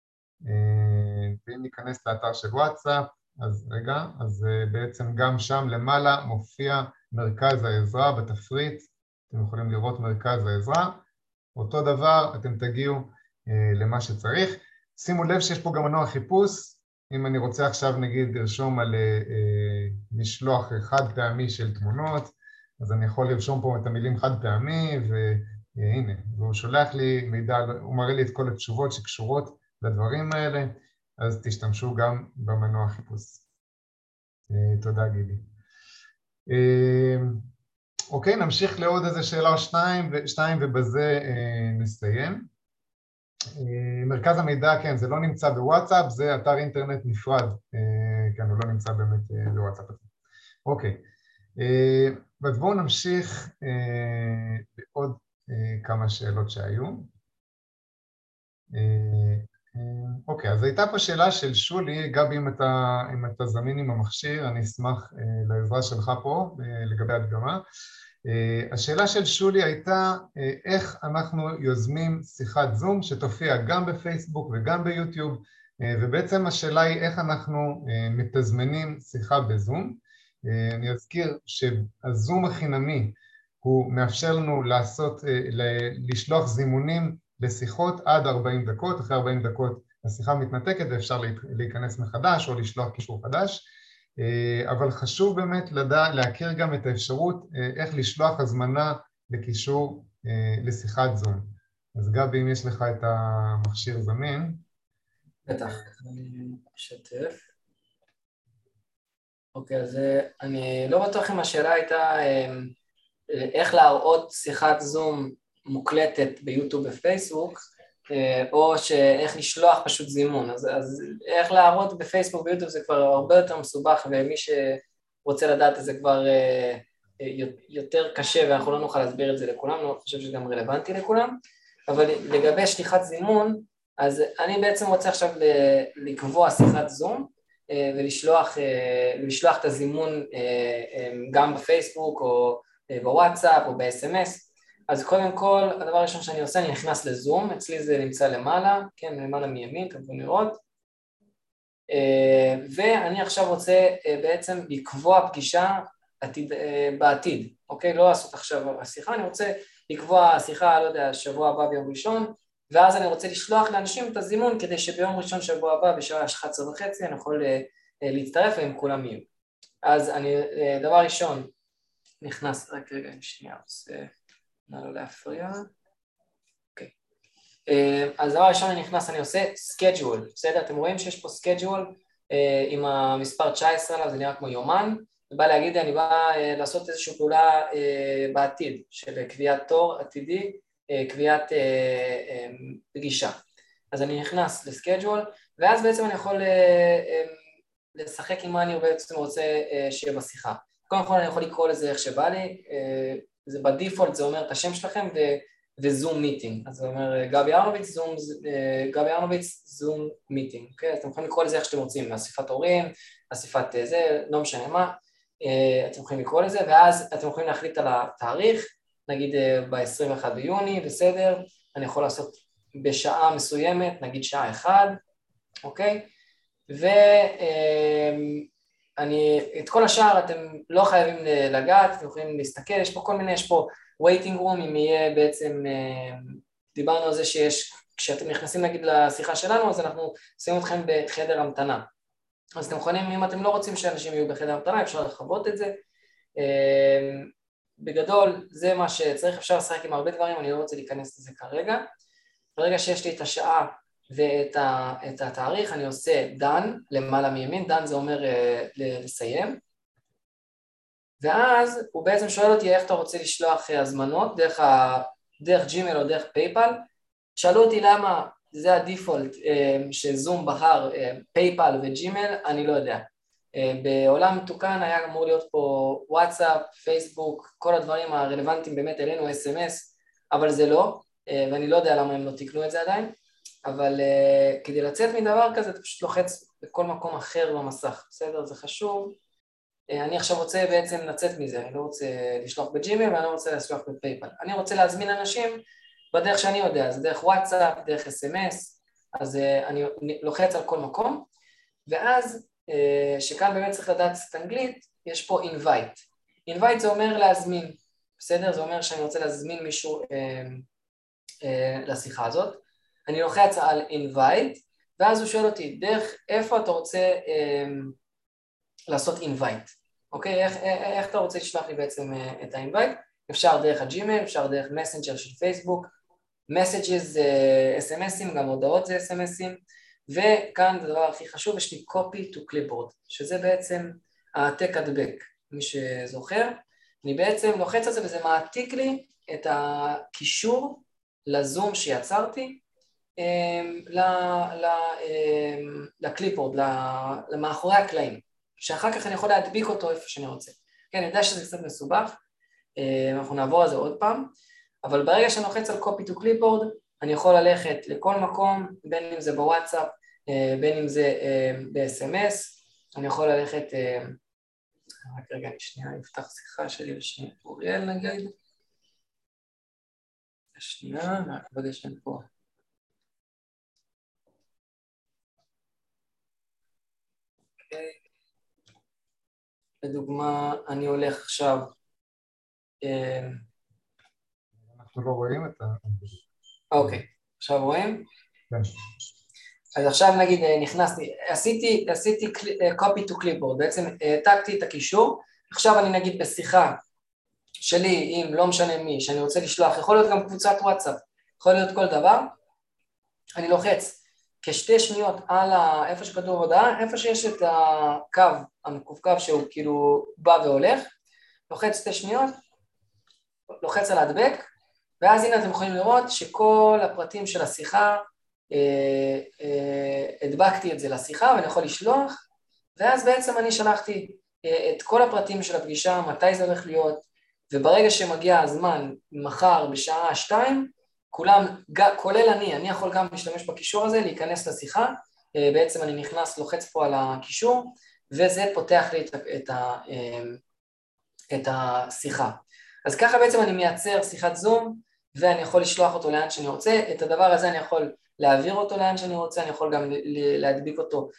ואם ניכנס לאתר של וואטסאפ, אז רגע, אז בעצם גם שם למעלה מופיע מרכז העזרה בתפריט, אתם יכולים לראות מרכז העזרה, אותו דבר אתם תגיעו למה שצריך. שימו לב שיש פה גם מנוע חיפוש, אם אני רוצה עכשיו נגיד לרשום על משלוח חד פעמי של תמונות, אז אני יכול לרשום פה את המילים חד פעמי, והנה, והוא שולח לי מידע, הוא מראה לי את כל התשובות שקשורות לדברים האלה, אז תשתמשו גם במנוע חיפוש. תודה גידי. אוקיי, נמשיך לעוד איזה שאלה או שתיים ובזה נסיים. מרכז המידע, כן, זה לא נמצא בוואטסאפ, זה אתר אינטרנט נפרד, כן, הוא לא נמצא באמת בוואטסאפ. אוקיי, אז בואו נמשיך בעוד כמה שאלות שהיו. אוקיי, אז הייתה פה שאלה של שולי, גבי, אם אתה זמין עם המכשיר, אני אשמח לעזרה שלך פה לגבי הדגמה. השאלה של שולי הייתה איך אנחנו יוזמים שיחת זום שתופיע גם בפייסבוק וגם ביוטיוב, ובעצם השאלה היא איך אנחנו מתזמנים שיחה בזום. אני אזכיר שהזום החינמי הוא מאפשר לנו לשלוח זימונים לשיחות עד 40 דקות, אחרי 40 דקות השיחה מתנתקת ואפשר להיכנס מחדש או לשלוח קישור חדש, אבל חשוב באמת להכיר גם את האפשרות איך לשלוח הזמנה לקישור לשיחת זום. אז גבי, אם יש לך את המכשיר זמין. בטח, אני אשתף. אוקיי, אז אני לא בטוח אם השאלה הייתה איך להראות שיחת זום מוקלטת ביוטיוב ופייסבוק, או שאיך לשלוח פשוט זימון. אז איך להראות בפייסבוק ויוטיוב זה כבר הרבה יותר מסובך, ומי שרוצה לדעת את זה כבר יותר קשה, ואנחנו לא נוכל להסביר את זה לכולם, אני חושב שזה גם רלוונטי לכולם. אבל לגבי שליחת זימון, אז אני בעצם רוצה עכשיו לקבוע שיחת זום, ולשלוח את הזימון גם בפייסבוק או בוואטסאפ או ב-SMS. אז קודם כל, הדבר הראשון שאני עושה, אני נכנס לזום, אצלי זה נמצא למעלה, כן, למעלה מימין, אתם יכולים לראות. ואני עכשיו רוצה בעצם לקבוע פגישה בעתיד, אוקיי? לא לעשות עכשיו השיחה, אני רוצה לקבוע שיחה, לא יודע, שבוע הבא ביום ראשון, ואז אני רוצה לשלוח לאנשים את הזימון כדי שביום ראשון שבוע הבא בשעה 11:30 אני יכול להצטרף והם כולם יהיו. אז אני, דבר ראשון, נכנס, רק רגע, שנייה, עושה נא לא להפריע. אוקיי. אז דבר ראשון אני נכנס, אני עושה schedule, בסדר? אתם רואים שיש פה schedule עם המספר 19 עליו, זה נראה כמו יומן, ובא להגיד, אני בא לעשות איזושהי פעולה בעתיד, של קביעת תור עתידי, קביעת פגישה. אז אני נכנס לסקייג'ול, ואז בעצם אני יכול לשחק עם מה אני בעצם רוצה שיהיה בשיחה. קודם כל אני יכול לקרוא לזה איך שבא לי, זה בדיפולט, זה אומר את השם שלכם וזום מיטינג, אז זה אומר גבי ארנוביץ, זום מיטינג, אוקיי? אז אתם יכולים לקרוא לזה איך שאתם רוצים, אסיפת הורים, אסיפת זה, לא משנה מה, אתם יכולים לקרוא לזה, ואז אתם יכולים להחליט על התאריך, נגיד ב-21 ביוני, בסדר, אני יכול לעשות בשעה מסוימת, נגיד שעה 1, אוקיי? את כל השאר אתם לא חייבים לגעת, אתם יכולים להסתכל, יש פה כל מיני, יש פה waiting room, אם יהיה בעצם, דיברנו על זה שיש, כשאתם נכנסים נגיד לשיחה שלנו, אז אנחנו שמים אתכם בחדר המתנה. אז אתם יכולים, אם אתם לא רוצים שאנשים יהיו בחדר המתנה, אפשר לחוות את זה. בגדול, זה מה שצריך, אפשר לשחק עם הרבה דברים, אני לא רוצה להיכנס לזה כרגע. ברגע שיש לי את השעה ואת התאריך, אני עושה done, למעלה מימין, done זה אומר לסיים. ואז הוא בעצם שואל אותי איך אתה רוצה לשלוח הזמנות, דרך ג'ימייל או דרך פייפל. שאלו אותי למה זה הדיפולט שזום בחר פייפל וג'ימייל, אני לא יודע. בעולם מתוקן היה אמור להיות פה וואטסאפ, פייסבוק, כל הדברים הרלוונטיים באמת אלינו, SMS, אבל זה לא, ואני לא יודע למה הם לא תקנו את זה עדיין, אבל כדי לצאת מדבר כזה אתה פשוט לוחץ בכל מקום אחר במסך, בסדר? זה חשוב. אני עכשיו רוצה בעצם לצאת מזה, אני לא רוצה לשלוח בג'ימייל ואני לא רוצה לשלוח בפייפל. אני רוצה להזמין אנשים בדרך שאני יודע, זה דרך וואטסאפ, דרך SMS, אז אני לוחץ על כל מקום, ואז שכאן באמת צריך לדעת את אנגלית, יש פה invite. invite זה אומר להזמין, בסדר? זה אומר שאני רוצה להזמין מישהו לשיחה הזאת. אני לוחץ על invite, ואז הוא שואל אותי, דרך איפה אתה רוצה לעשות invite, אוקיי? איך אתה רוצה לשלוח לי בעצם את ה-invite? אפשר דרך הג'ימייל, אפשר דרך מסנג'ר של פייסבוק, messages זה SMSים, גם הודעות זה SMSים, וכאן הדבר הכי חשוב, יש לי copy to clipboard, שזה בעצם העתק הדבק, מי שזוכר. אני בעצם לוחץ על זה וזה מעתיק לי את הקישור לזום שיצרתי, לקליפבורד, למאחורי הקלעים, שאחר כך אני יכול להדביק אותו איפה שאני רוצה. כן, אני יודע שזה קצת מסובך, אנחנו נעבור על זה עוד פעם, אבל ברגע שאני לוחץ על copy to clipboard, אני יכול ללכת לכל מקום, בין אם זה בוואטסאפ, בין אם זה ב-SMS, אני יכול ללכת, רק רגע, אני שנייה, אני אפתח שיחה שלי ושני אוריאל נגיד, שנייה, רק בגלל שאני פה. אוקיי. לדוגמה, אני הולך עכשיו, אנחנו לא רואים את ה... אוקיי, עכשיו רואים? כן. אז עכשיו נגיד נכנסתי, עשיתי copy to clipboard, בעצם העתקתי את הקישור, עכשיו אני נגיד בשיחה שלי עם לא משנה מי, שאני רוצה לשלוח, יכול להיות גם קבוצת וואטסאפ, יכול להיות כל דבר, אני לוחץ כשתי שניות על איפה שכתוב הודעה, איפה שיש את הקו המקווקו שהוא כאילו בא והולך, לוחץ שתי שניות, לוחץ על ההדבק, ואז הנה אתם יכולים לראות שכל הפרטים של השיחה, הדבקתי את זה לשיחה ואני יכול לשלוח, ואז בעצם אני שלחתי את כל הפרטים של הפגישה, מתי זה הולך להיות, וברגע שמגיע הזמן, מחר בשעה 2, כולם, כולל אני יכול גם להשתמש בקישור הזה, להיכנס לשיחה, בעצם אני נכנס, לוחץ פה על הקישור, וזה פותח לי את השיחה. אז ככה בעצם אני מייצר שיחת זום, ואני יכול לשלוח אותו לאן שאני רוצה, את הדבר הזה אני יכול להעביר אותו לאן שאני רוצה, אני יכול גם להדביק אותו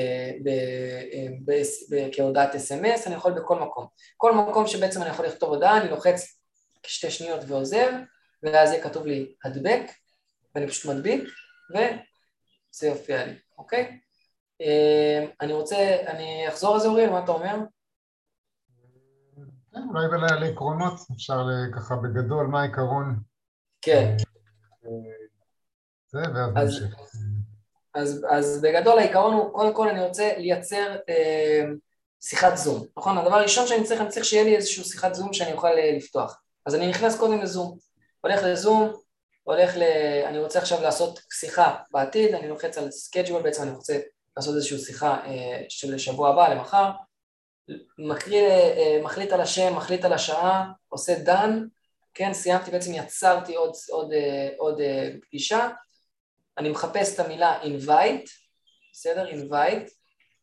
כהודעת SMS, אני יכול בכל מקום. כל מקום שבעצם אני יכול לכתוב הודעה, אני לוחץ כשתי שניות ועוזב, ואז יהיה כתוב לי הדבק, ואני פשוט מדביק, וזה יופיע לי, אוקיי? אני אחזור על זה אוריאל, מה אתה אומר? אולי על עקרונות, אפשר ככה בגדול, מה העיקרון, כן. זה, ואז אז, נמשיך. אז בגדול העיקרון הוא, קודם כל אני רוצה לייצר שיחת זום, נכון? הדבר הראשון שאני צריך שיהיה לי איזושהי שיחת זום שאני אוכל לפתוח. אז אני נכנס קודם לזום, הולך לזום, אני רוצה עכשיו לעשות שיחה בעתיד, אני לוחץ על schedule, בעצם אני רוצה לעשות איזושהי שיחה של שבוע הבא, למחר, מחליט על השם, מחליט על השעה, עושה done, כן, סיימתי, בעצם יצרתי עוד פגישה, אני מחפש את המילה invite, בסדר? invite,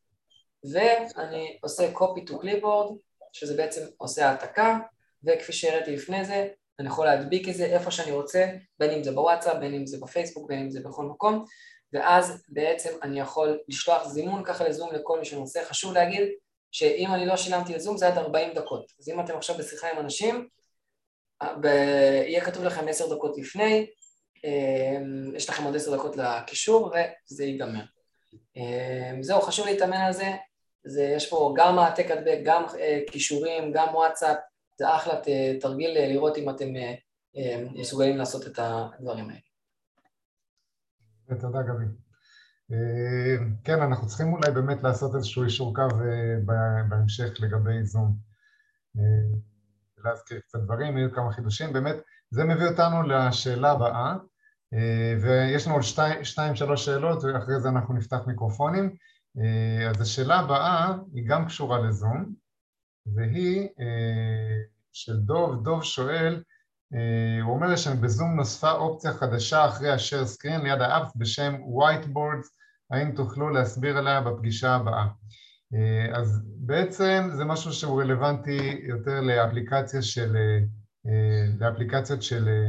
ואני עושה copy to clipboard, שזה בעצם עושה העתקה, וכפי שהראיתי לפני זה, אני יכול להדביק את זה איפה שאני רוצה, בין אם זה בוואטסאפ, בין אם זה בפייסבוק, בין אם זה בכל מקום, ואז בעצם אני יכול לשלוח זימון ככה לזום לכל מי שנושא. חשוב להגיד שאם אני לא שילמתי לזום זה עד 40 דקות, אז אם אתם עכשיו בשיחה עם אנשים, יהיה כתוב לכם 10 דקות לפני, יש לכם עוד 10 דקות לקישור וזה ייגמר. זהו, חשוב להתאמן על זה, יש פה גם העתק הדבק, גם קישורים, גם וואטסאפ, זה אחלה תרגיל לראות אם אתם מסוגלים לעשות את הדברים האלה. תודה גבי. כן, אנחנו צריכים אולי באמת לעשות איזשהו אישור קו בהמשך לגבי זום. להזכיר קצת דברים, יהיו כמה חידושים, באמת זה מביא אותנו לשאלה הבאה, ויש לנו עוד 2-3 שאלות, ואחרי זה אנחנו נפתח מיקרופונים. אז השאלה הבאה היא גם קשורה לזום, והיא של דוב שואל, הוא אומר שבזום נוספה אופציה חדשה אחרי השאר סקרין ליד האפ בשם Whiteboards, האם תוכלו להסביר עליה בפגישה הבאה? אז בעצם זה משהו שהוא רלוונטי יותר לאפליקציות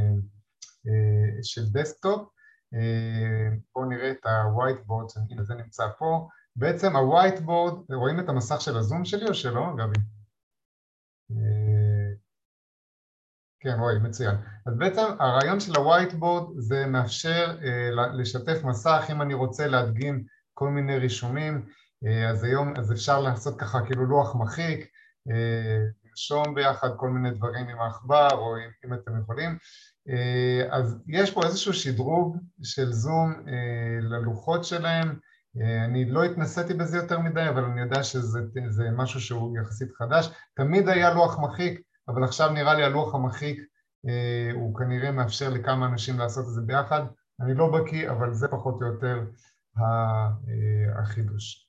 של דסקטופ. בואו נראה את ה-Whiteboard, הנה זה נמצא פה. בעצם ה-Whiteboard, רואים את המסך של הזום שלי או שלא, גבי? כן, רואים, מצוין. אז בעצם הרעיון של ה-Whiteboard זה מאפשר לשתף מסך אם אני רוצה להדגים כל מיני רישומים, אז אפשר לעשות ככה כאילו לוח מחיק, לרשום ביחד כל מיני דברים עם העכבר או אם אתם יכולים. אז יש פה איזשהו שדרוג של זום ללוחות שלהם, אני לא התנסיתי בזה יותר מדי, אבל אני יודע שזה משהו שהוא יחסית חדש. תמיד היה לוח מחיק, אבל עכשיו נראה לי הלוח המחיק הוא כנראה מאפשר לכמה אנשים לעשות את זה ביחד. אני לא בקיא, אבל זה פחות או יותר החידוש.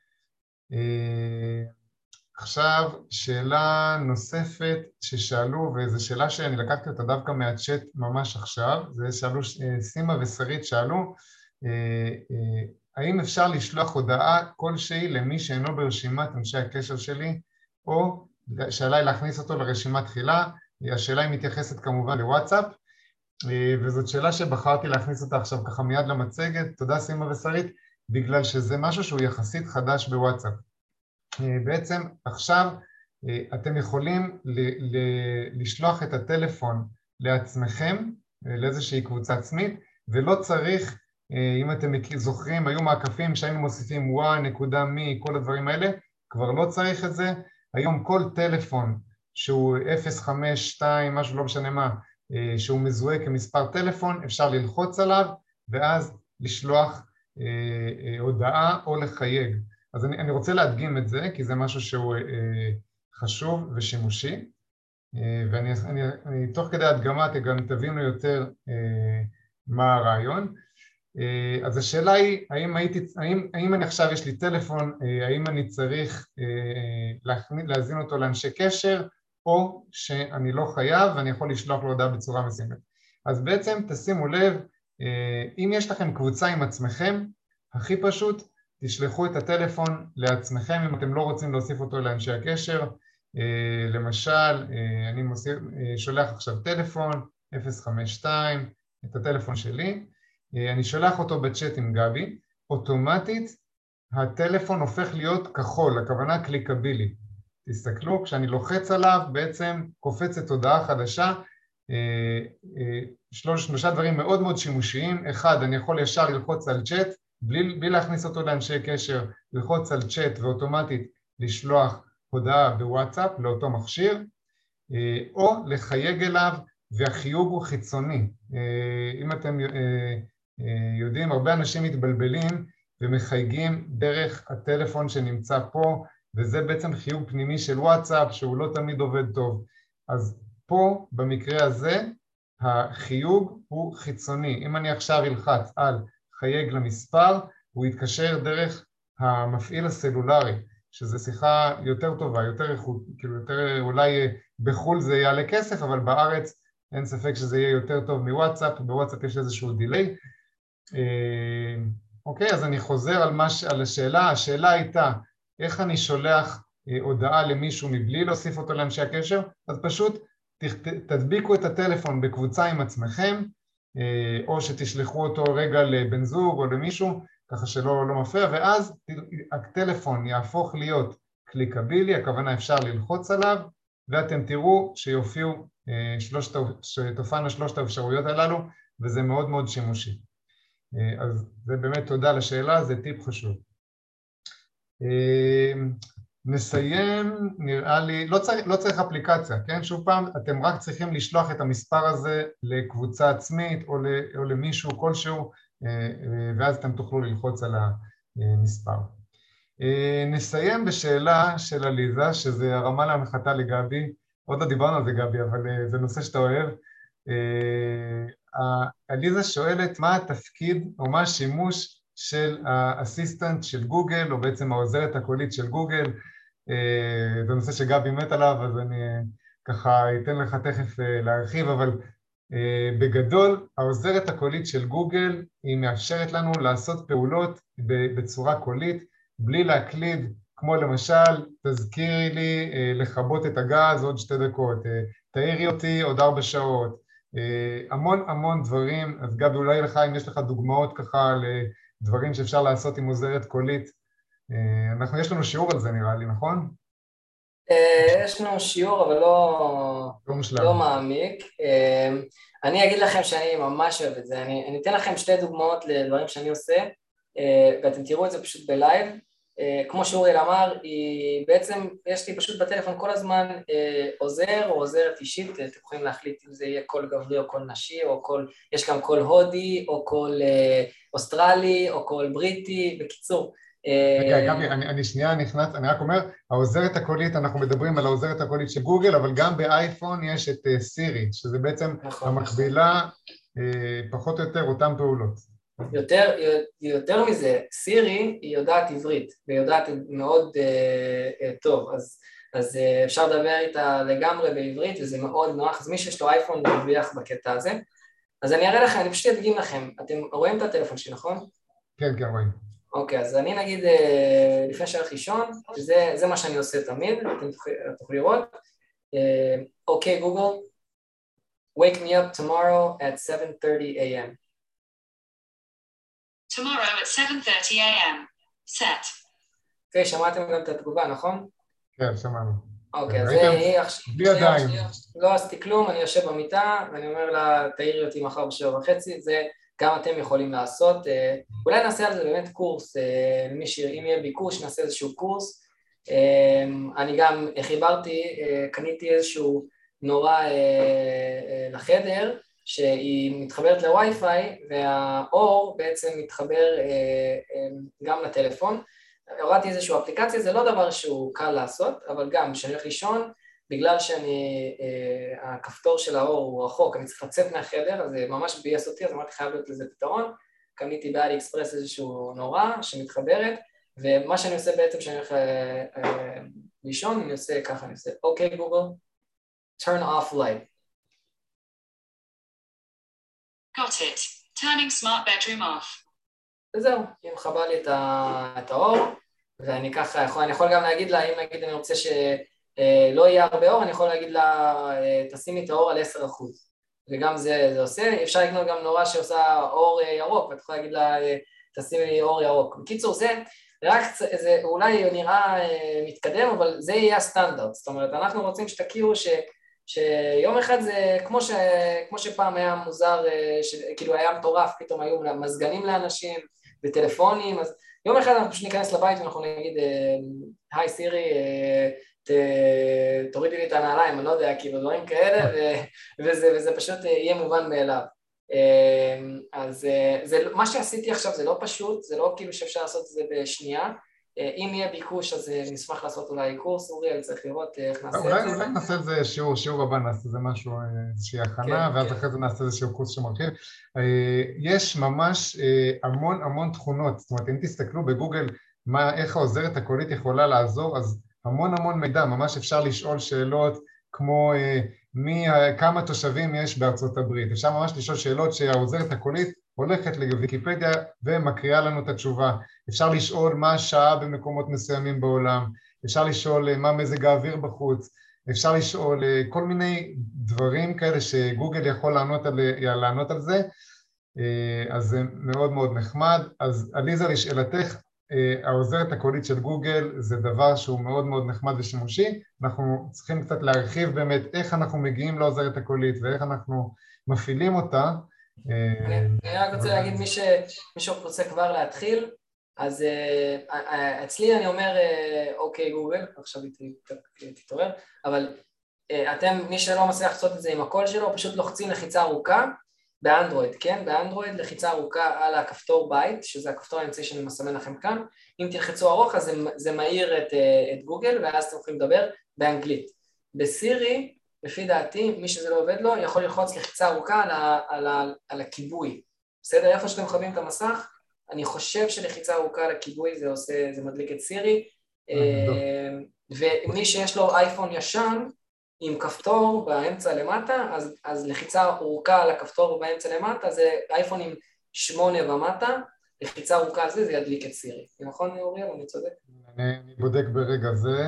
עכשיו, שאלה נוספת ששאלו, וזו שאלה שאני לקחתי אותה דווקא מהצ'אט ממש עכשיו, זה שאלו, סימה ושרית שאלו, האם אפשר לשלוח הודעה כלשהי למי שאינו ברשימת אנשי הקשר שלי, או שאלה היא להכניס אותו לרשימת תחילה, השאלה היא מתייחסת כמובן לוואטסאפ, וזאת שאלה שבחרתי להכניס אותה עכשיו ככה מיד למצגת, תודה סימה ושרית, בגלל שזה משהו שהוא יחסית חדש בוואטסאפ. בעצם עכשיו אתם יכולים לשלוח את הטלפון לעצמכם, לאיזושהי קבוצה עצמית, ולא צריך, אם אתם זוכרים, היו מעקפים שהיינו מוסיפים y.me, כל הדברים האלה, כבר לא צריך את זה. היום כל טלפון שהוא 052, משהו לא משנה מה, שהוא מזוהה כמספר טלפון, אפשר ללחוץ עליו, ואז לשלוח הודעה או לחייג. אז אני רוצה להדגים את זה, כי זה משהו שהוא חשוב ושימושי, ואני תוך כדי הדגמה גם תבינו יותר מה הרעיון. אז השאלה היא, האם אני עכשיו יש לי טלפון, האם אני צריך להזין אותו לאנשי קשר, או שאני לא חייב ואני יכול לשלוח לו הודעה בצורה מסוימת. אז בעצם תשימו לב, אם יש לכם קבוצה עם עצמכם, הכי פשוט, תשלחו את הטלפון לעצמכם אם אתם לא רוצים להוסיף אותו לאנשי הקשר. למשל, אני שולח עכשיו טלפון 052, את הטלפון שלי, אני שולח אותו בצ'אט עם גבי, אוטומטית הטלפון הופך להיות כחול, הכוונה קליקבילי. תסתכלו, כשאני לוחץ עליו בעצם קופצת הודעה חדשה, שלושה דברים מאוד מאוד שימושיים. אחד, אני יכול ישר ללחוץ על צ'אט, בלי להכניס אותו לאנשי קשר, ללחוץ על צ'אט ואוטומטית לשלוח הודעה בוואטסאפ לאותו מכשיר. או לחייג אליו, והחיוג הוא חיצוני. אם אתם יודעים, הרבה אנשים מתבלבלים ומחייגים דרך הטלפון שנמצא פה, וזה בעצם חיוג פנימי של וואטסאפ שהוא לא תמיד עובד טוב. אז פה, במקרה הזה, החיוג הוא חיצוני. אם אני עכשיו אלחץ על חייג למספר, הוא יתקשר דרך המפעיל הסלולרי, שזה שיחה יותר טובה, יותר איכות, כאילו יותר, אולי בחול זה יעלה כסף, אבל בארץ אין ספק שזה יהיה יותר טוב מוואטסאפ, בוואטסאפ יש איזשהו דיליי. אוקיי, אז אני חוזר על השאלה. השאלה הייתה, איך אני שולח הודעה למישהו מבלי להוסיף אותו לאנשי הקשר? אז פשוט תדביקו את הטלפון בקבוצה עם עצמכם, או שתשלחו אותו רגע לבן זוג או למישהו, ככה שלא מפריע, ואז הטלפון יהפוך להיות קליקבילי, הכוונה אפשר ללחוץ עליו, ואתם תראו שיופיעו שתופענה שלושת האפשרויות הללו, וזה מאוד מאוד שימושי. אז זה באמת תודה לשאלה, זה טיפ חשוב. נסיים, נראה לי, לא צריך אפליקציה, כן? שוב פעם, אתם רק צריכים לשלוח את המספר הזה לקבוצה עצמית או למישהו כלשהו, ואז אתם תוכלו ללחוץ על המספר. נסיים בשאלה של עליזה, שזה הרמה להנחתה לגבי, עוד לא דיברנו על זה גבי, אבל זה נושא שאתה אוהב. עליזה שואלת מה התפקיד או מה השימוש של האסיסטנט של גוגל, או בעצם העוזרת הקולית של גוגל. זה נושא שגבי מת עליו, אז אני ככה אתן לך תכף להרחיב, אבל בגדול, העוזרת הקולית של גוגל היא מאפשרת לנו לעשות פעולות בצורה קולית, בלי להקליד, כמו למשל, תזכירי לי לכבות את הגז עוד 2 דקות, תעירי אותי עוד 4 שעות, המון דברים. אז גבי, אולי לך, אם יש לך דוגמאות ככה לדברים שאפשר לעשות עם עוזרת קולית, יש לנו שיעור על זה נראה לי, נכון? יש לנו שיעור, אבל לא מעמיק. אני אגיד לכם שאני ממש אוהב את זה. אני אתן לכם 2 דוגמאות לדברים שאני עושה, ואתם תראו את זה פשוט בלייב. כמו שאוריאל אמר, בעצם יש לי פשוט בטלפון כל הזמן עוזר או עוזרת אישית, אתם יכולים להחליט אם זה יהיה קול גברי או קול נשי, או יש גם קול הודי, או קול אוסטרלי, או קול בריטי, בקיצור. רגע, גבי, אני שנייה נכנס, אני רק אומר, העוזרת הקולית, אנחנו מדברים על העוזרת הקולית של גוגל, אבל גם באייפון יש את סירי, שזה בעצם המקבילה, פחות או יותר אותן פעולות. יותר מזה, סירי היא יודעת עברית, והיא יודעת מאוד טוב, אז אפשר לדבר איתה לגמרי בעברית, וזה מאוד נוח, אז מי שיש לו אייפון מרוויח בקטע הזה. אז אני אראה לכם, אני פשוט אדגים לכם, אתם רואים את הטלפון שלי, נכון? כן, רואים. אוקיי, אז אני נגיד, לפני שהלך לישון, זה מה שאני עושה תמיד, אתם תוכלו לראות. אוקיי, גוגל, wake me up tomorrow at 7:30 a.m. Tomorrow at 7:30 a.m. Set. אוקיי, שמעתם גם את התגובה, נכון? כן, שמענו. אוקיי, אז בלי ידיים. לא עשיתי כלום, אני יושב במיטה, ואני אומר לה, תעירי אותי מחר ב7:30, זה גם אתם יכולים לעשות. אולי נעשה על זה באמת קורס, אם יהיה ביקוש נעשה איזשהו קורס. אני גם קניתי איזשהו נורה לחדר, שהיא מתחברת לווי-פיי, והאור בעצם מתחבר גם לטלפון. הורדתי איזושהי אפליקציה, זה לא דבר שהוא קל לעשות, אבל גם כשאני הולך לישון, בגלל הכפתור של האור הוא רחוק, אני צריך לצאת מהחדר, אז זה ממש בייס אותי, אז אמרתי חייב להיות לזה פתרון. קניתי באלי אקספרס איזשהו נורה שמתחברת, ומה שאני עושה בעצם כשאני הולך לישון, אני עושה ככה, אני עושה, אוקיי גוגל, turn off light. Got it. Turning smart bedroom off. וזהו, היא מכבה לי את האור, ואני ככה, אני יכול גם להגיד לה, אם נגיד אני רוצה שלא יהיה הרבה אור, אני יכול להגיד לה, תשימי את האור על 10%. וגם זה עושה, אפשר לקנות גם נורה שעושה אור ירוק, ואת יכולה להגיד לה, תשימי לי אור ירוק. בקיצור, זה אולי נראה מתקדם, אבל זה יהיה הסטנדרט. זאת אומרת, אנחנו רוצים שתכירו שיום אחד זה כמו שפעם היה מוזר, כאילו היה מטורף, פתאום היו מזגנים לאנשים וטלפונים, אז יום אחד אנחנו פשוט ניכנס לבית ואנחנו נגיד, היי סירי, תורידי לי את הנעליים, אני לא יודע, כאילו דברים כאלה, וזה פשוט יהיה מובן מאליו. אז מה שעשיתי עכשיו זה לא פשוט, זה לא כאילו שאפשר לעשות את זה בשנייה, אם יהיה ביקוש אז נשמח לעשות אולי קורס, אורי, צריך לראות איך נעשה את זה. אולי נעשה את זה שיעור הבא, נעשה את זה משהו, איזושהי הכנה, ואז אחרי זה נעשה איזשהו קורס שמרחיב. יש ממש המון תכונות, זאת אומרת, אם תסתכלו בגוגל איך העוזרת הקולית יכולה לעזור, אז המון מידע, ממש אפשר לשאול שאלות כמו כמה תושבים יש בארצות הברית, אפשר ממש לשאול שאלות שהעוזרת הקולית הולכת לוויקיפדיה ומקריאה לנו את התשובה, אפשר לשאול מה השעה במקומות מסוימים בעולם, אפשר לשאול מה מזג האוויר בחוץ, אפשר לשאול כל מיני דברים כאלה שגוגל יכול לענות על זה, אז זה מאוד נחמד. אז עליזה, לשאלתך, העוזרת הקולית של גוגל זה דבר שהוא מאוד נחמד ושימושי, אנחנו צריכים קצת להרחיב באמת איך אנחנו מגיעים לעוזרת הקולית ואיך אנחנו מפעילים אותה. אני רק רוצה להגיד, מי שרוצה כבר להתחיל, אז אצלי אני אומר, אוקיי גוגל, עכשיו היא תתעורר, אבל אתם, מי שלא מצליח לעשות את זה עם הקול שלו, פשוט לוחצים לחיצה ארוכה, באנדרואיד, כן? באנדרואיד לחיצה ארוכה על הכפתור בית, שזה הכפתור האמצעי שאני מסמן לכם כאן, אם תלחצו ארוך אז זה מהיר את גוגל, ואז אתם יכולים לדבר באנגלית. בסירי, לפי דעתי, מי שזה לא עובד לו, יכול ללחוץ לחיצה ארוכה על הכיבוי. בסדר? איפה שאתם מכבים את המסך, אני חושב שלחיצה ארוכה על הכיבוי זה מדליק את סירי, ומי שיש לו אייפון ישן, עם כפתור באמצע למטה, אז לחיצה ארוכה על הכפתור באמצע למטה, זה אייפון עם 8 ומטה, לחיצה ארוכה על זה ידליק את סירי. נכון, אוריאל? אני צודק? אני בודק ברגע זה.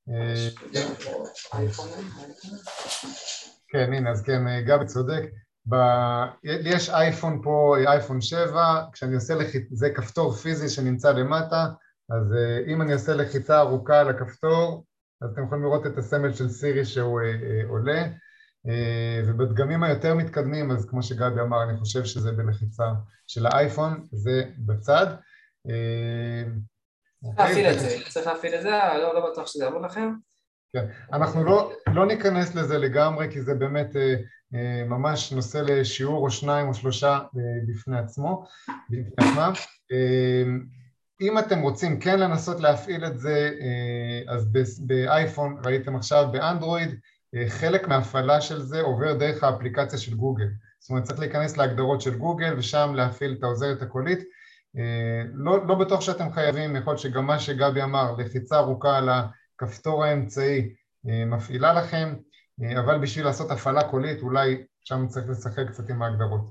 כן, הנה, אז כן, גבי צודק. יש אייפון פה, אייפון 7, כשאני עושה זה כפתור פיזי שנמצא למטה, אז אם אני עושה לחיצה ארוכה על הכפתור, אז אתם יכולים לראות את הסמל של סירי שהוא עולה, ובדגמים היותר מתקדמים, אז כמו שגבי אמר, אני חושב שזה בלחיצה של האייפון, זה בצד. צריך להפעיל את זה, לא בטוח שזה יעבוד לכם. כן, אנחנו לא ניכנס לזה לגמרי, כי זה באמת ממש נושא לשיעור או 2 או 3 בפני עצמם. אם אתם רוצים כן לנסות להפעיל את זה, אז באייפון, ראיתם עכשיו באנדרואיד, חלק מההפעלה של זה עובר דרך האפליקציה של גוגל. זאת אומרת, צריך להיכנס להגדרות של גוגל ושם להפעיל את העוזרת הקולית. לא בטוח שאתם חייבים, יכול להיות שגם מה שגבי אמר, לחיצה ארוכה על הכפתור האמצעי מפעילה לכם, אבל בשביל לעשות הפעלה קולית, אולי שם צריך לשחק קצת עם ההגדרות.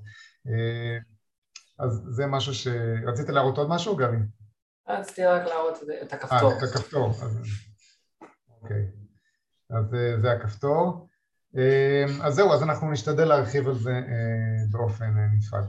אז זה משהו שרציתי להראות עוד משהו, גבי? רציתי רק להראות את הכפתור. את הכפתור, אוקיי. אז זה הכפתור. אז זהו, אז אנחנו נשתדל להרחיב על זה באופן נפרד.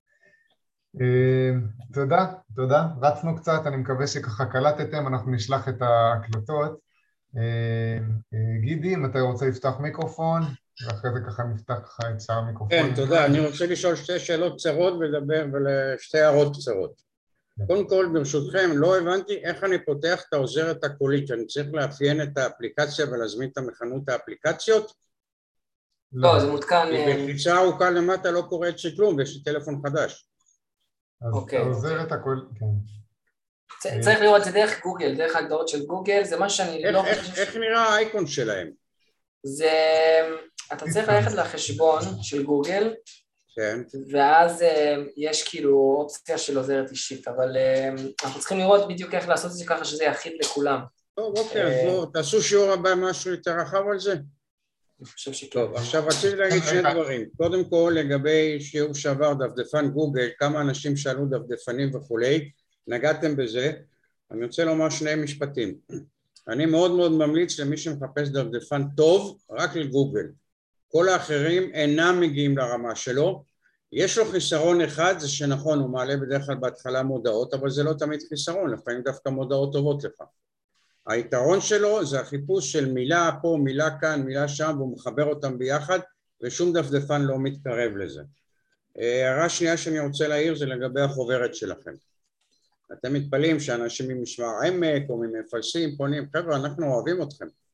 תודה. רצנו קצת, אני מקווה שככה קלטתם, אנחנו נשלח את ההקלטות. גידי, אם אתה רוצה לפתח מיקרופון, ואחרי זה ככה נפתח את שאר המיקרופון. כן, תודה. אני רוצה לשאול 2 שאלות קצרות ולדבר ול2 הערות קצרות. קודם כל, ברשותכם, לא הבנתי איך אני פותח את העוזרת הקולית, אני צריך לאפיין את האפליקציה ולהזמין את המכנות האפליקציות? לא, זה מותקן... בלחיצה ארוכה למטה לא קורה אצלי כלום, ויש לי טלפון חדש. אז העוזרת הקולית, כן. צריך לראות את זה דרך גוגל, דרך ההגדרות של גוגל, זה מה שאני לא... איך נראה האייקון שלהם? זה... אתה צריך ללכת לחשבון של גוגל, כן. ואז יש כאילו אופציה של עוזרת אישית, אבל אנחנו צריכים לראות בדיוק איך לעשות את זה ככה שזה יחיד לכולם. טוב, אוקיי, אז בואו, תעשו שיעור הבא משהו יותר רחב על זה. אני חושב שכן. טוב, עכשיו רציתי להגיד 2 דברים. קודם כל, לגבי שיעור שעבר דפדפן גוגל, כמה אנשים שאלו דפדפנים וכולי, נגעתם בזה, אני רוצה לומר 2 משפטים. אני מאוד ממליץ למי שמחפש דפדפן טוב, רק לגוגל. כל האחרים אינם מגיעים לרמה שלו. יש לו חיסרון אחד, זה שנכון, הוא מעלה בדרך כלל בהתחלה מודעות, אבל זה לא תמיד חיסרון, לפעמים דווקא מודעות טובות לך. היתרון שלו זה החיפוש של מילה פה, מילה כאן, מילה שם, והוא מחבר אותם ביחד, ושום דפדפן לא מתקרב לזה. הערה שנייה שאני רוצה להעיר זה לגבי החוברת שלכם. אתם מתפלאים שאנשים ממשמר העמק או ממפלסים פונים, חבר'ה, אנחנו אוהבים אתכם.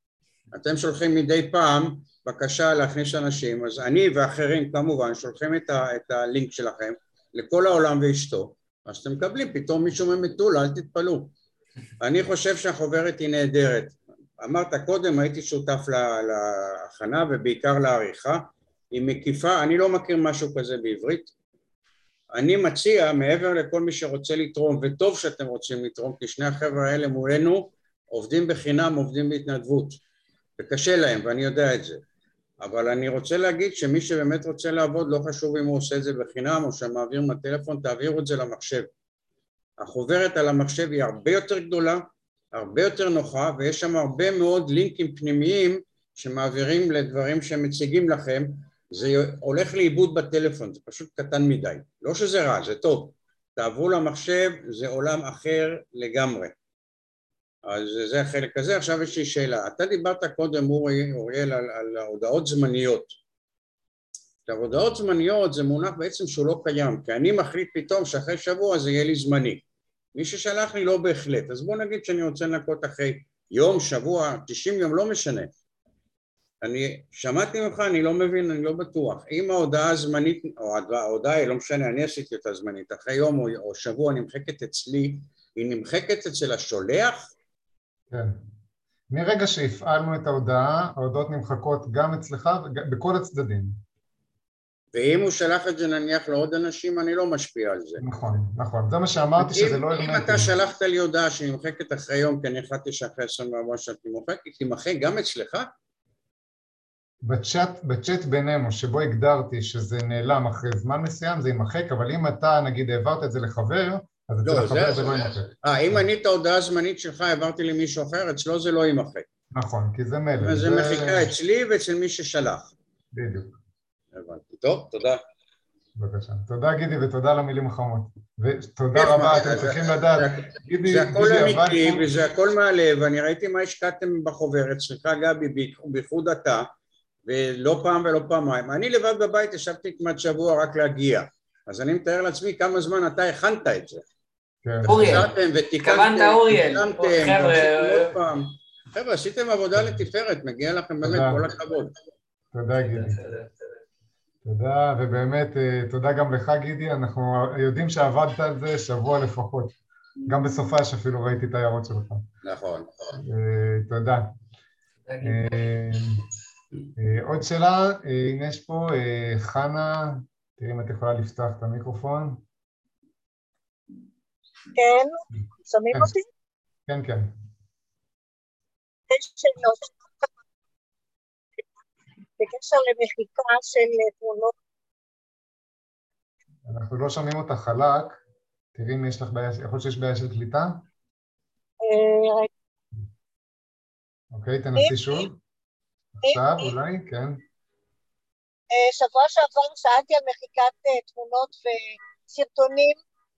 אתם שולחים מדי פעם בקשה להכניס אנשים, אז אני ואחרים כמובן שולחים את הלינק שלכם לכל העולם ואשתו, אז אתם מקבלים פתאום מישהו ממטולה, אל תתפלאו. אני חושב שהחוברת היא נהדרת. אמרת קודם, הייתי שותף להכנה ובעיקר לעריכה, היא מקיפה, אני לא מכיר משהו כזה בעברית. אני מציע, מעבר לכל מי שרוצה לתרום, וטוב שאתם רוצים לתרום, כי שני החבר'ה האלה מולנו עובדים בחינם, עובדים בהתנדבות, וקשה להם, ואני יודע את זה. אבל אני רוצה להגיד שמי שבאמת רוצה לעבוד, לא חשוב אם הוא עושה את זה בחינם, או שמעביר מהטלפון, תעבירו את זה למחשב. החוברת על המחשב היא הרבה יותר גדולה, הרבה יותר נוחה, ויש שם הרבה מאוד לינקים פנימיים שמעבירים לדברים שמציגים לכם. זה הולך לאיבוד בטלפון, זה פשוט קטן מדי. לא שזה רע, זה טוב. תעברו למחשב, זה עולם אחר לגמרי. אז זה החלק הזה. עכשיו יש לי שאלה. אתה דיברת קודם, אוריאל, על הודעות זמניות. עכשיו, הודעות זמניות זה מונח בעצם שהוא לא קיים, כי אני מחליט פתאום שאחרי שבוע זה יהיה לי זמני. מי ששלח לי לא בהחלט, אז בוא נגיד שאני רוצה לנקות אחרי יום, שבוע, 90 יום, לא משנה. אני שמעתי ממך, אני לא מבין, אני לא בטוח. אם ההודעה הזמנית, או ההודעה היא לא משנה, אני עשיתי אותה זמנית, אחרי יום או שבוע נמחקת אצלי, היא נמחקת אצל השולח? כן. מרגע שהפעלנו את ההודעה, ההודעות נמחקות גם אצלך בכל הצדדים. ואם הוא שלח את זה נניח לעוד אנשים, אני לא משפיע על זה. נכון, נכון. זה מה שאמרתי שזה לא הרמטי. אם אתה שלחת לי הודעה שנמחקת אחרי יום, כי אני החלטתי שאחרי 24 שעות תימחק גם אצלך? בצ'אט בינינו, שבו הגדרתי שזה נעלם אחרי זמן מסוים, זה יימחק, אבל אם אתה נגיד העברת את זה לחבר, אז אצל החבר זה לא יימחק. אם אני את ההודעה הזמנית שלך העברתי למישהו אחר, אצלו זה לא יימחק. נכון, כי זה מלך. זה מחיקה אצלי ואצל מי ששלח. בדיוק. הבנתי. טוב, תודה. בבקשה. תודה גידי ותודה על המילים החמות. ותודה רבה, אתם צריכים לדעת. זה הכל אמיתי וזה הכל מהלב, אני ראיתי מה השקעתם בחוברת, סליחה גבי, בייחוד אתה, ולא פעם ולא פעמיים. אני לבד בבית ישבתי כמעט שבוע רק להגיע, אז אני מתאר לעצמי כמה זמן אתה הכנת את זה. אוריאל, התכוונת אוריאל. חבר'ה, עשיתם עבודה לתפארת, מגיע לכם באמת כל הכבוד. תודה גידי. תודה, ובאמת תודה גם לך גידי, אנחנו יודעים שעבדת על זה שבוע לפחות, גם בסופש אפילו ראיתי את ההערות שלך. נכון. תודה. עוד שאלה, אם יש פה, חנה, תראי אם את יכולה לפתח את המיקרופון. כן, שומעים אותי? כן, כן. יש שאלות. בקשר למחיקה של תמונות. אנחנו לא שומעים אותך חלק, תראי אם יש לך בעיה, יכול להיות שיש בעיה של קליטה? אוקיי, תנסי שוב. עכשיו, אולי, כן. שבוע שעבר שאלתי על מחיקת תמונות וסרטונים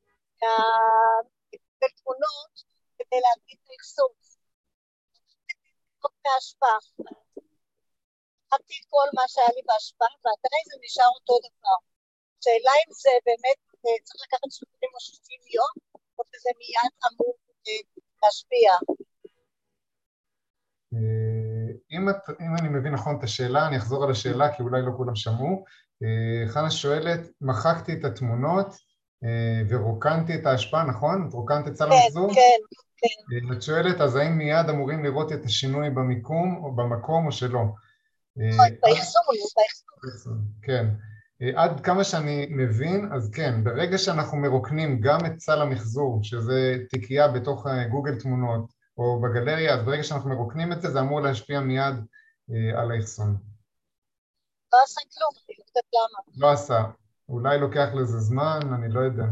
בתמונות כדי להגיד את האחסון. מההשפעה. חפתי את כל מה שהיה לי בהשפעה, ועדיין זה נשאר אותו דבר. שאלה אם זה באמת צריך לקחת 30 או 60 יום, או שזה מיד אמור להשפיע. אם אני מבין נכון את השאלה, אני אחזור על השאלה, כי אולי לא כולם שמעו. חנה שואלת, מחקתי את התמונות ורוקנתי את ההשפעה, נכון? את רוקנת את סל המחזור? כן, כן. את שואלת, אז האם מיד אמורים לראות את השינוי במקום או שלא? באחסון. כן. עד כמה שאני מבין, אז כן, ברגע שאנחנו מרוקנים גם את סל המחזור, שזה תיקייה בתוך גוגל תמונות או בגלריה, אז ברגע שאנחנו מרוקנים את זה, זה אמור להשפיע מיד על האחסון. לא עשה כלום, אני לא יודעת למה. לא עשה. אולי לוקח לזה זמן, אני לא יודע.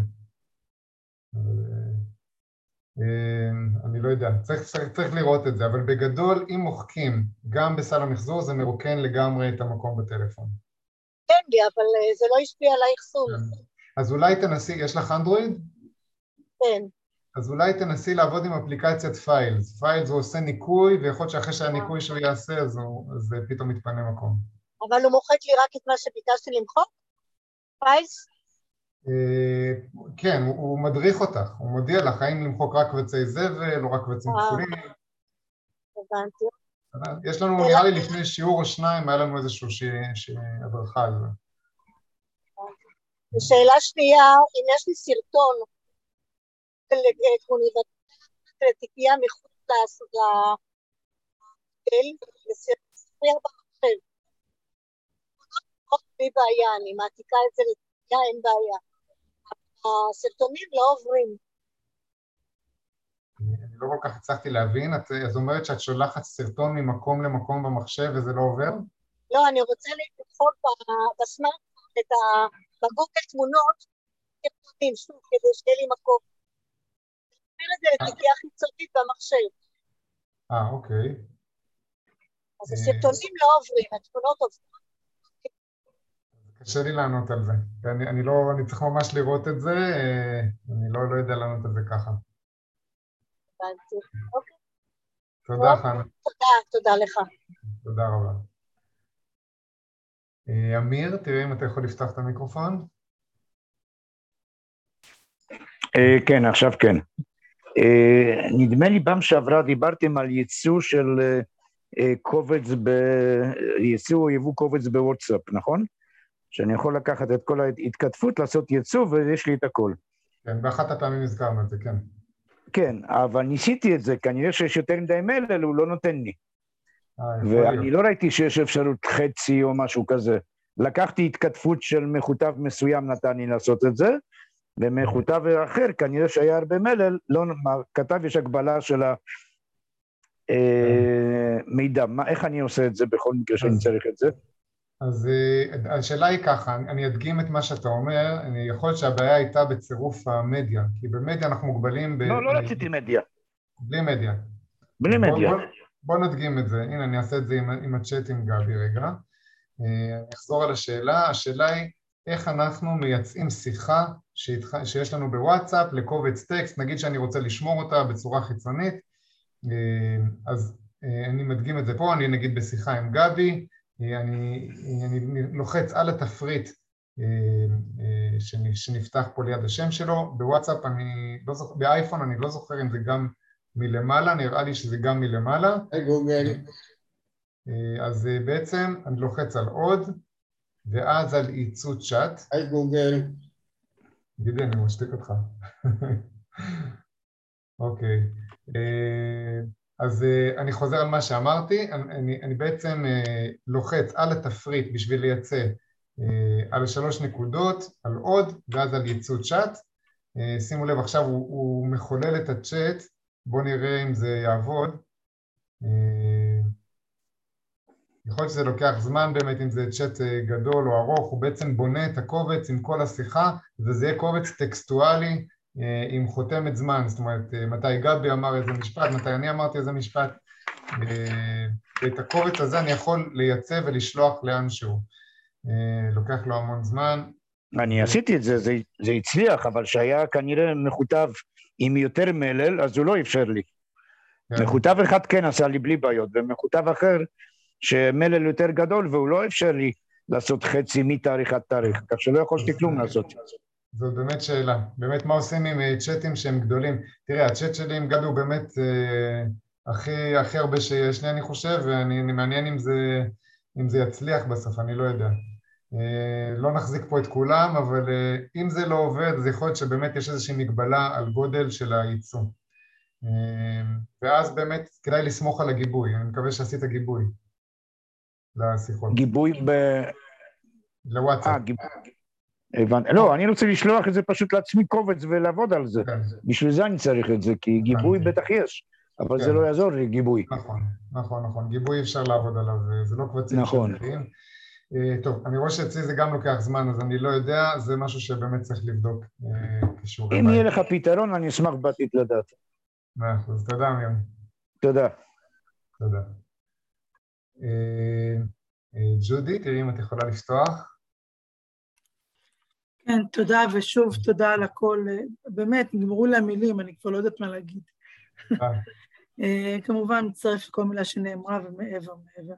אני לא יודע, צריך לראות את זה, אבל בגדול, אם מוחקים גם בסל המחזור, זה מרוקן לגמרי את המקום בטלפון. כן לי, אבל זה לא השפיע על האחסון. אז אולי תנסי, יש לך אנדרואיד? כן. אז אולי תנסי לעבוד עם אפליקציית פיילס. פיילס הוא עושה ניקוי, ויכול להיות שאחרי שהניקוי שהוא יעשה, אז פתאום מתפנה מקום. אבל הוא מוחק לי רק את מה שביקשתי למחוק? פיילס? כן, הוא מדריך אותך, הוא מודיע לך האם למחוק רק קבצי זבל או רק קבצים כפולים. הבנתי. יש לנו, נראה לי לפני שיעור או שניים, היה לנו איזשהו הדרכה על זה. ושאלה שנייה, אם יש לי סרטון לתיקייה מחוץ לסרטון, לספרייה במחשב. בלי בעיה, אני מעתיקה את זה לתיקייה, אין בעיה. הסרטונים לא עוברים. אני לא כל כך הצלחתי להבין, את אומרת שאת שולחת סרטון ממקום למקום במחשב וזה לא עובר? לא, אני רוצה לבחור בסמארטפון בגוגל תמונות, סרטונים, שוב, כדי שיהיה לי מקום. אני אומר את זה לתיקייה חיצונית במחשב. אוקיי. אז הסרטונים לא עוברים, התמונות עוברים. קשה לי לענות על זה. אני צריך ממש לראות את זה, אני לא יודע לענות על זה ככה. אוקיי. תודה, חנה. תודה לך. תודה רבה. אמיר, תראה אם אתה יכול לפתוח את המיקרופון. כן, עכשיו כן. נדמה לי פעם שעברה דיברתם על ייצוא של קובץ, ייצוא או יבוא קובץ בוואטסאפ, נכון? שאני יכול לקחת את כל ההתכתפות, לעשות ייצוא ויש לי את הכל. כן, באחת הפעמים הזכרנו את זה, כן. כן, אבל ניסיתי את זה, כנראה שיש יותר מדי מלל, הוא לא נותן לי. ואני לא ראיתי שיש אפשרות חצי או משהו כזה. לקחתי התכתפות של מכותב מסוים, נתן לי לעשות את זה, ומכותב אחר, כנראה שהיה הרבה מלל, לא, כתב יש הגבלה של המידע. איך אני עושה את זה בכל מקרה שאני צריך את זה? אז השאלה היא ככה, אני אדגים את מה שאתה אומר, יכול להיות שהבעיה הייתה בצירוף המדיה, כי במדיה אנחנו מוגבלים לא רציתי מדיה. בלי מדיה. בלי מדיה. בוא נדגים את זה, הנה אני אעשה את זה עם הצ'אט עם גבי רגע. אני אחזור על השאלה, השאלה היא איך אנחנו מייצאים שיחה שיש לנו בוואטסאפ לקובץ טקסט, נגיד שאני רוצה לשמור אותה בצורה חיצונית, אז אני מדגים את זה פה, אני נגיד בשיחה עם גבי, אני לוחץ על התפריט שנפתח פה ליד השם שלו, בוואטסאפ באייפון אני לא זוכר אם זה גם מלמעלה, נראה לי שזה גם מלמעלה. היי גוגל. אז בעצם אני לוחץ על עוד, ואז על ייצוא צ'אט. היי גוגל. גידי, אני משתיק אותך. אוקיי. אז אני חוזר על מה שאמרתי, אני בעצם לוחץ על התפריט בשביל לייצא על 3 נקודות, על עוד, ואז על ייצוא צ'אט. שימו לב, עכשיו הוא מחולל את הצ'אט, בואו נראה אם זה יעבוד. יכול להיות שזה לוקח זמן באמת, אם זה צ'אט גדול או ארוך, הוא בעצם בונה את הקובץ עם כל השיחה, וזה יהיה קובץ טקסטואלי עם חותמת זמן, זאת אומרת, מתי גבי אמר איזה משפט, מתי אני אמרתי איזה משפט, ואת הקובץ הזה אני יכול לייצא ולשלוח לאנשהו. לוקח לו המון זמן. אני עשיתי את זה, זה הצליח, אבל שהיה כנראה מכותב עם יותר מלל, אז הוא לא אפשר לי. מכותב אחד כן עשה לי בלי בעיות, ומכותב אחר שמלל יותר גדול, והוא לא אפשר לי לעשות חצי מתאריך עד תאריך, כך שלא יכולתי כלום לעשות. זאת באמת שאלה, באמת מה עושים עם צ'אטים שהם גדולים? תראה, הצ'אט שלי עם גבי הוא באמת הכי הרבה שיש לי אני חושב, ואני מעניין אם זה יצליח בסוף, אני לא יודע. לא נחזיק פה את כולם, אבל אם זה לא עובד, אז יכול להיות שבאמת יש איזושהי מגבלה על גודל של הייצוא. ואז באמת כדאי לסמוך על הגיבוי, אני מקווה שעשית גיבוי לשיחות. גיבוי לוואטסאפ. לא, אני רוצה לשלוח את זה פשוט לעצמי קובץ ולעבוד על זה. בשביל זה אני צריך את זה, כי גיבוי בטח יש, אבל זה לא יעזור לי, גיבוי. נכון. גיבוי אפשר לעבוד עליו, זה לא קבצים שונים. טוב, אני רואה שאצלי זה גם לוקח זמן, אז אני לא יודע, זה משהו שבאמת צריך לבדוק כשיעורי בית. אם יהיה לך פתרון, אני אשמח בעתיד לדעת. אז תודה, אמיר. תודה. תודה. ג'ודי, תראי אם את יכולה לפתוח. כן, תודה, ושוב תודה על הכל. באמת, נגמרו לי המילים, אני כבר לא יודעת מה להגיד. כמובן, מצטרף לכל מילה שנאמרה ומעבר.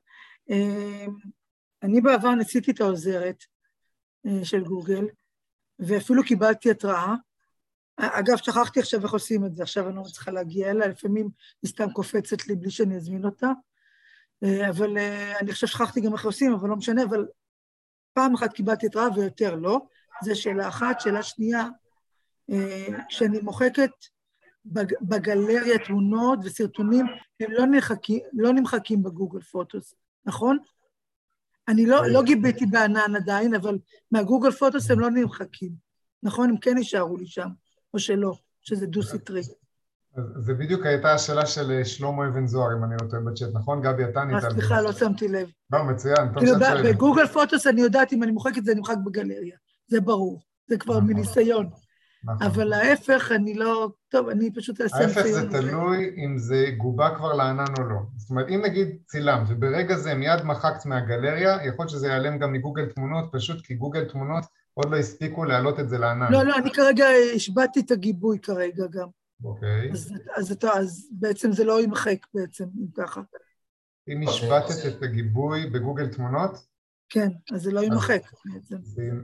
אני בעבר ניסיתי את העוזרת של גוגל, ואפילו קיבלתי התראה. אגב, שכחתי עכשיו איך עושים את זה, עכשיו אני לא צריכה להגיע אליה, לפעמים היא סתם קופצת לי בלי שאני אזמין אותה. אבל אני חושב שכחתי גם איך עושים, אבל לא משנה, אבל פעם אחת קיבלתי התראה ויותר לא, זה שאלה אחת. שאלה שנייה, כשאני מוחקת בגלריה תמונות וסרטונים, הם לא נמחקים בגוגל פוטוס, נכון? אני לא גיביתי בענן עדיין, אבל מהגוגל פוטוס הם לא נמחקים, נכון? הם כן יישארו לי שם, או שלא, שזה דו-סטרי. זה בדיוק הייתה השאלה של שלמה אבן זוהר, אם אני לא טועה בצ'אט, נכון? גבי, אתה ניתן. סליחה, לא שמתי לב. לא, מצוין. כאילו, בגוגל פוטוס אני יודעת אם אני מוחקת זה נמחק בגלריה, זה ברור, זה כבר מניסיון. אבל ההפך, אני לא... טוב, אני פשוט אעשה ניסיון. ההפך זה תלוי אם זה גובה כבר לענן או לא. זאת אומרת, אם נגיד צילם, וברגע זה מיד מחקת מהגלריה, יכול להיות שזה ייעלם גם מגוגל תמונות, פשוט כי גוגל תמונות עוד לא הספיקו להעלות את זה לענן. לא, אני כרגע השבעתי את הגיבוי כרגע גם. אוקיי. אז בעצם זה לא יימחק בעצם, אם ככה. אם השבטת את הגיבוי בגוגל תמונות? כן, אז זה לא יימחק בעצם.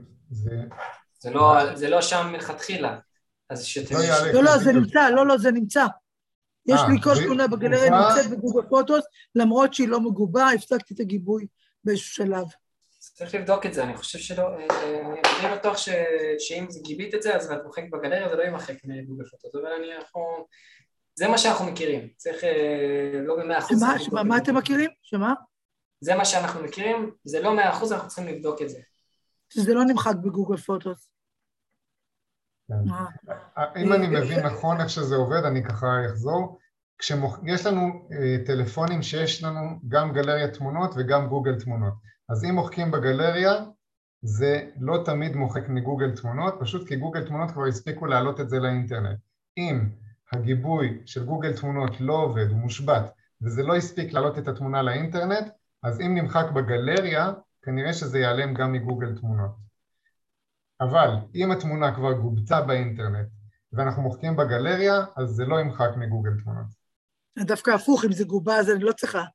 זה לא שם מלכתחילה. לא, זה נמצא. יש לי כל תמונה בגלריה נמצאת בגוגל פוטוס, למרות שהיא לא מגובה, הפסקתי את הגיבוי באיזשהו שלב. צריך לבדוק את זה, אני חושב שלא, אני בטוח שאם גיבית את זה, אז את מוחק בגלריה, זה לא יימחק מגוגל פוטוס, אבל זה מה שאנחנו מכירים, צריך לא ב100%. מה אתם מכירים? שמה? זה מה שאנחנו מכירים, זה לא 100%, אנחנו צריכים לבדוק את זה. שזה לא נמחק בגוגל פוטוס. אם אני מבין נכון איך שזה עובד, אני ככה אחזור. יש לנו טלפונים שיש לנו גם גלריה תמונות וגם גוגל תמונות. אז אם מוחקים בגלריה, זה לא תמיד מוחק מגוגל תמונות, פשוט כי גוגל תמונות כבר הספיקו להעלות את זה לאינטרנט. אם הגיבוי של גוגל תמונות לא עובד, הוא מושבת, וזה לא הספיק להעלות את התמונה לאינטרנט, אז אם נמחק בגלריה, כנראה שזה ייעלם גם מגוגל תמונות. אבל אם התמונה כבר גובתה באינטרנט, ואנחנו מוחקים בגלריה, אז זה לא ימחק מגוגל תמונות. דווקא הפוך, אם זה גובה, אז אני לא צריכה.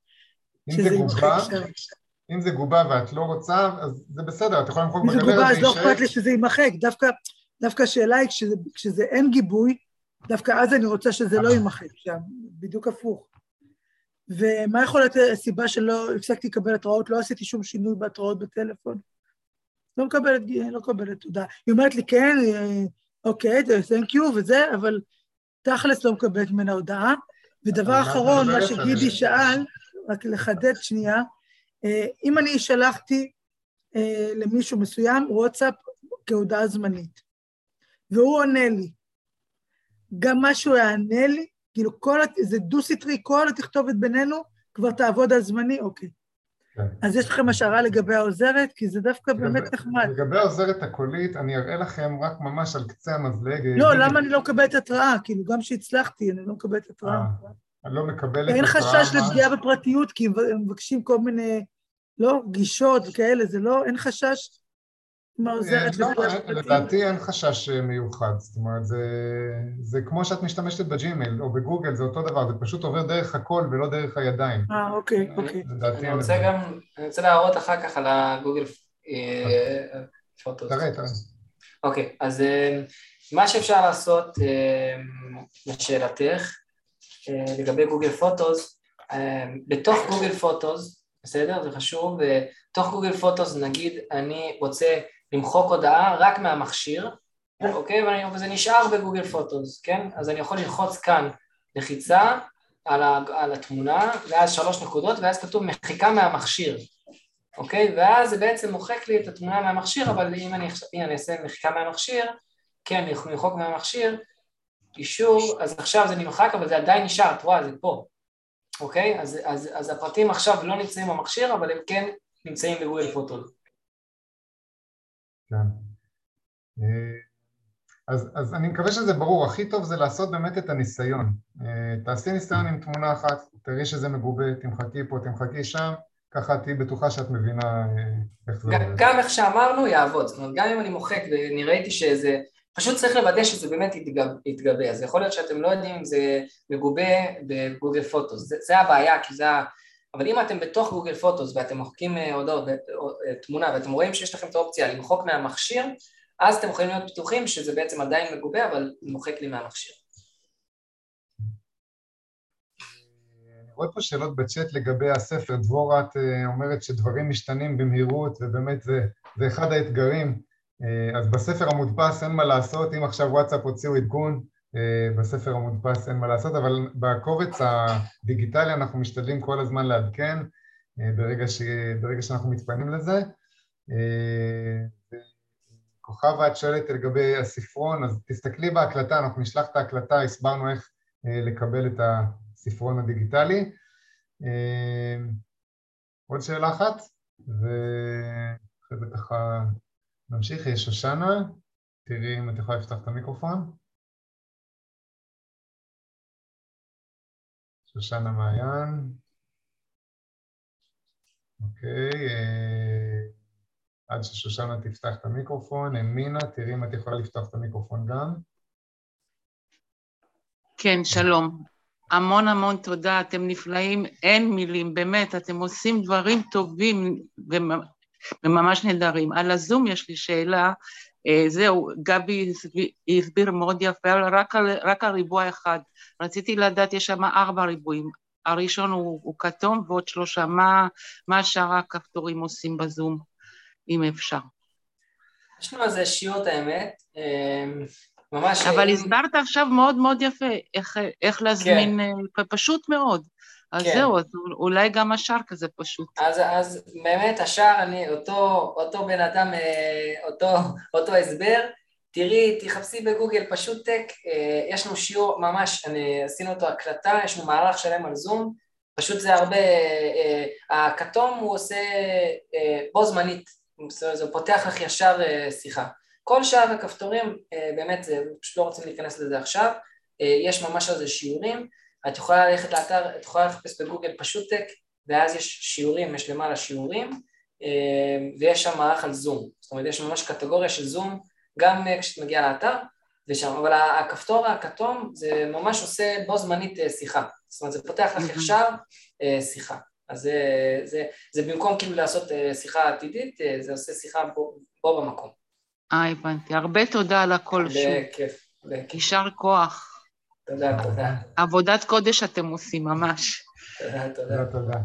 אם זה גובה ואת לא רוצה, אז זה בסדר, את יכולה למחוק בגלריה. אם זה גובה, אז לא אכפת לי שזה יימחק. דווקא השאלה היא, כשזה אין גיבוי, דווקא אז אני רוצה שזה לא יימחק שם, בדיוק הפוך. ומה יכול להיות הסיבה שלא הפסקתי לקבל התראות? לא עשיתי שום שינוי בהתראות בטלפון. לא מקבלת תודה. היא אומרת לי, כן, אוקיי, thank you וזה, אבל תכלס לא מקבלת ממנה הודעה. ודבר אחרון, מה שגידי שאל, רק לחדד שנייה, אם אני שלחתי למישהו מסוים וואטסאפ כהודעה זמנית, והוא עונה לי, גם מה שהוא יענה לי, כאילו זה דו-סטרי, כל התכתובת בינינו כבר תעבוד על זמני, אוקיי. אז יש לכם השערה לגבי העוזרת, כי זה דווקא באמת נחמד. לגבי העוזרת הקולית, אני אראה לכם רק ממש על קצה המזלג. לא, למה אני לא מקבלת התראה? כאילו, גם שהצלחתי, אני לא מקבלת התראה. אני לא מקבלת התראה. אין חשש לפגיעה בפרטיות, כי הם מבקשים כל מיני, לא, גישות וכאלה, זה לא, אין חשש עם העוזרת. לדעתי אין חשש מיוחד, זאת אומרת, זה כמו שאת משתמשת בג'ימייל או בגוגל, זה אותו דבר, זה פשוט עובר דרך הקול ולא דרך הידיים. אוקיי. אני רוצה להראות אחר כך על הגוגל פוטוס. תראה. אוקיי, אז מה שאפשר לעשות לשאלתך, לגבי גוגל פוטוס, בתוך גוגל פוטוס, בסדר? זה חשוב, בתוך גוגל פוטוס נגיד אני רוצה למחוק הודעה רק מהמכשיר, אוקיי? וזה נשאר בגוגל פוטוס, כן? אז אני יכול ללחוץ כאן לחיצה על התמונה, ואז 3 נקודות, ואז כתוב מחיקה מהמכשיר, אוקיי? ואז זה בעצם מוחק לי את התמונה מהמכשיר, אבל אם אני אעשה מחיקה מהמכשיר, כן, אני יכול למחוק מהמכשיר, אישור, אז עכשיו זה נמחק, אבל זה עדיין נשאר, את רואה, זה פה, אוקיי? אז הפרטים עכשיו לא נמצאים במכשיר, אבל הם כן נמצאים בגוגל פוטוס. כן. אז אני מקווה שזה ברור, הכי טוב זה לעשות באמת את הניסיון. תעשי ניסיון עם תמונה אחת, תראי שזה מגובה, תמחקי פה, תמחקי שם, ככה תהיי בטוחה שאת מבינה איך זה עובד. גם איך שאמרנו יעבוד, זאת אומרת, גם אם אני מוחק ואני ראיתי שזה, פשוט צריך לוודא שזה באמת יתגבה, אז יכול להיות שאתם לא יודעים אם זה מגובה בגוגל פוטוס, זה הבעיה, כי זה אבל אם אתם בתוך גוגל פוטוס ואתם מוחקים הודעות, תמונה, ואתם רואים שיש לכם את האופציה למחוק מהמכשיר, אז אתם יכולים להיות בטוחים שזה בעצם עדיין מגובה, אבל מוחק לי מהמכשיר. אני רואה פה שאלות בצ'אט לגבי הספר. דבורה, את אומרת שדברים משתנים במהירות, ובאמת זה אחד האתגרים. אז בספר המודפס אין מה לעשות, אם עכשיו וואטסאפ הוציאו עדכון, בספר המודפס אין מה לעשות, אבל בקובץ הדיגיטלי אנחנו משתדלים כל הזמן לעדכן, ברגע שאנחנו מתפנים לזה. כוכבה, את שואלת לגבי הספרון, אז תסתכלי בהקלטה, אנחנו נשלח את ההקלטה, הסברנו איך לקבל את הספרון הדיגיטלי. עוד שאלה אחת, ואחרי זה ככה נמשיך. יש שושנה, תראי אם את יכולה לפתח את המיקרופון. שושנה מעיין. אוקיי, עד ששושנה תפתח את המיקרופון. מינה, תראי אם את יכולה לפתח את המיקרופון גם. כן, שלום. המון המון תודה, אתם נפלאים, אין מילים, באמת, אתם עושים דברים טובים וממש נהדרים. על הזום יש לי שאלה, זהו, גבי הסביר מאוד יפה, רק הריבוע אחד. רציתי לדעת, יש שם 4 ריבועים. הראשון הוא כתום ועוד 3, מה שאר הכפתורים עושים בזום, אם אפשר. יש לנו איזה שיעור את האמת, ממש... אבל הסברת עכשיו מאוד מאוד יפה, איך להזמין, פשוט מאוד. אז זהו, אולי גם השאר כזה פשוט. אז באמת השאר, אותו בן אדם, אותו הסבר, תראי, תחפשי בגוגל פשוט טק, יש לנו שיעור ממש, עשינו אותו הקלטה, יש לנו מערך שלם על זום, פשוט זה הרבה, הכתום הוא עושה בו זמנית, זה פותח לך ישר שיחה. כל שאר הכפתורים, באמת, פשוט לא רוצים להיכנס לזה עכשיו, יש ממש על זה שיעורים, את יכולה ללכת לאתר, את יכולה לחפש בגוגל פשוט טק, ואז יש שיעורים, יש למעלה שיעורים, ויש שם מערך על זום, זאת אומרת, יש ממש קטגוריה של זום, גם כשאת מגיעה לאתר, ושם, אבל הכפתור הכתום, זה ממש עושה בו זמנית שיחה, זאת אומרת, זה פותח לך ישר שיחה, אז זה במקום כאילו לעשות שיחה עתידית, זה עושה שיחה בו במקום. הבנתי, הרבה תודה על הכל שוב. בכיף. יישר כוח. תודה. עבודת קודש אתם עושים, ממש. תודה.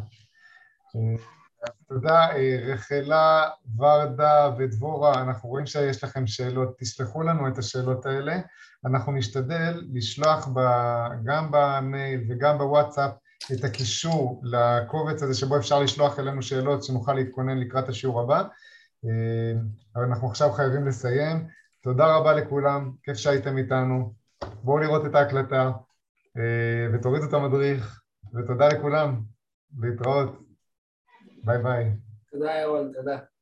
תודה, רחלה, ורדה ודבורה, אנחנו רואים שיש לכם שאלות, תשלחו לנו את השאלות האלה, אנחנו נשתדל לשלוח גם במייל וגם בוואטסאפ את הקישור לקובץ הזה שבו אפשר לשלוח אלינו שאלות שנוכל להתכונן לקראת השיעור הבא, אבל אנחנו עכשיו חייבים לסיים. תודה רבה לכולם, כיף שהייתם איתנו, בואו לראות את ההקלטה ותורידו את המדריך, ותודה לכולם, להתראות, ביי ביי. תודה ירון, תודה.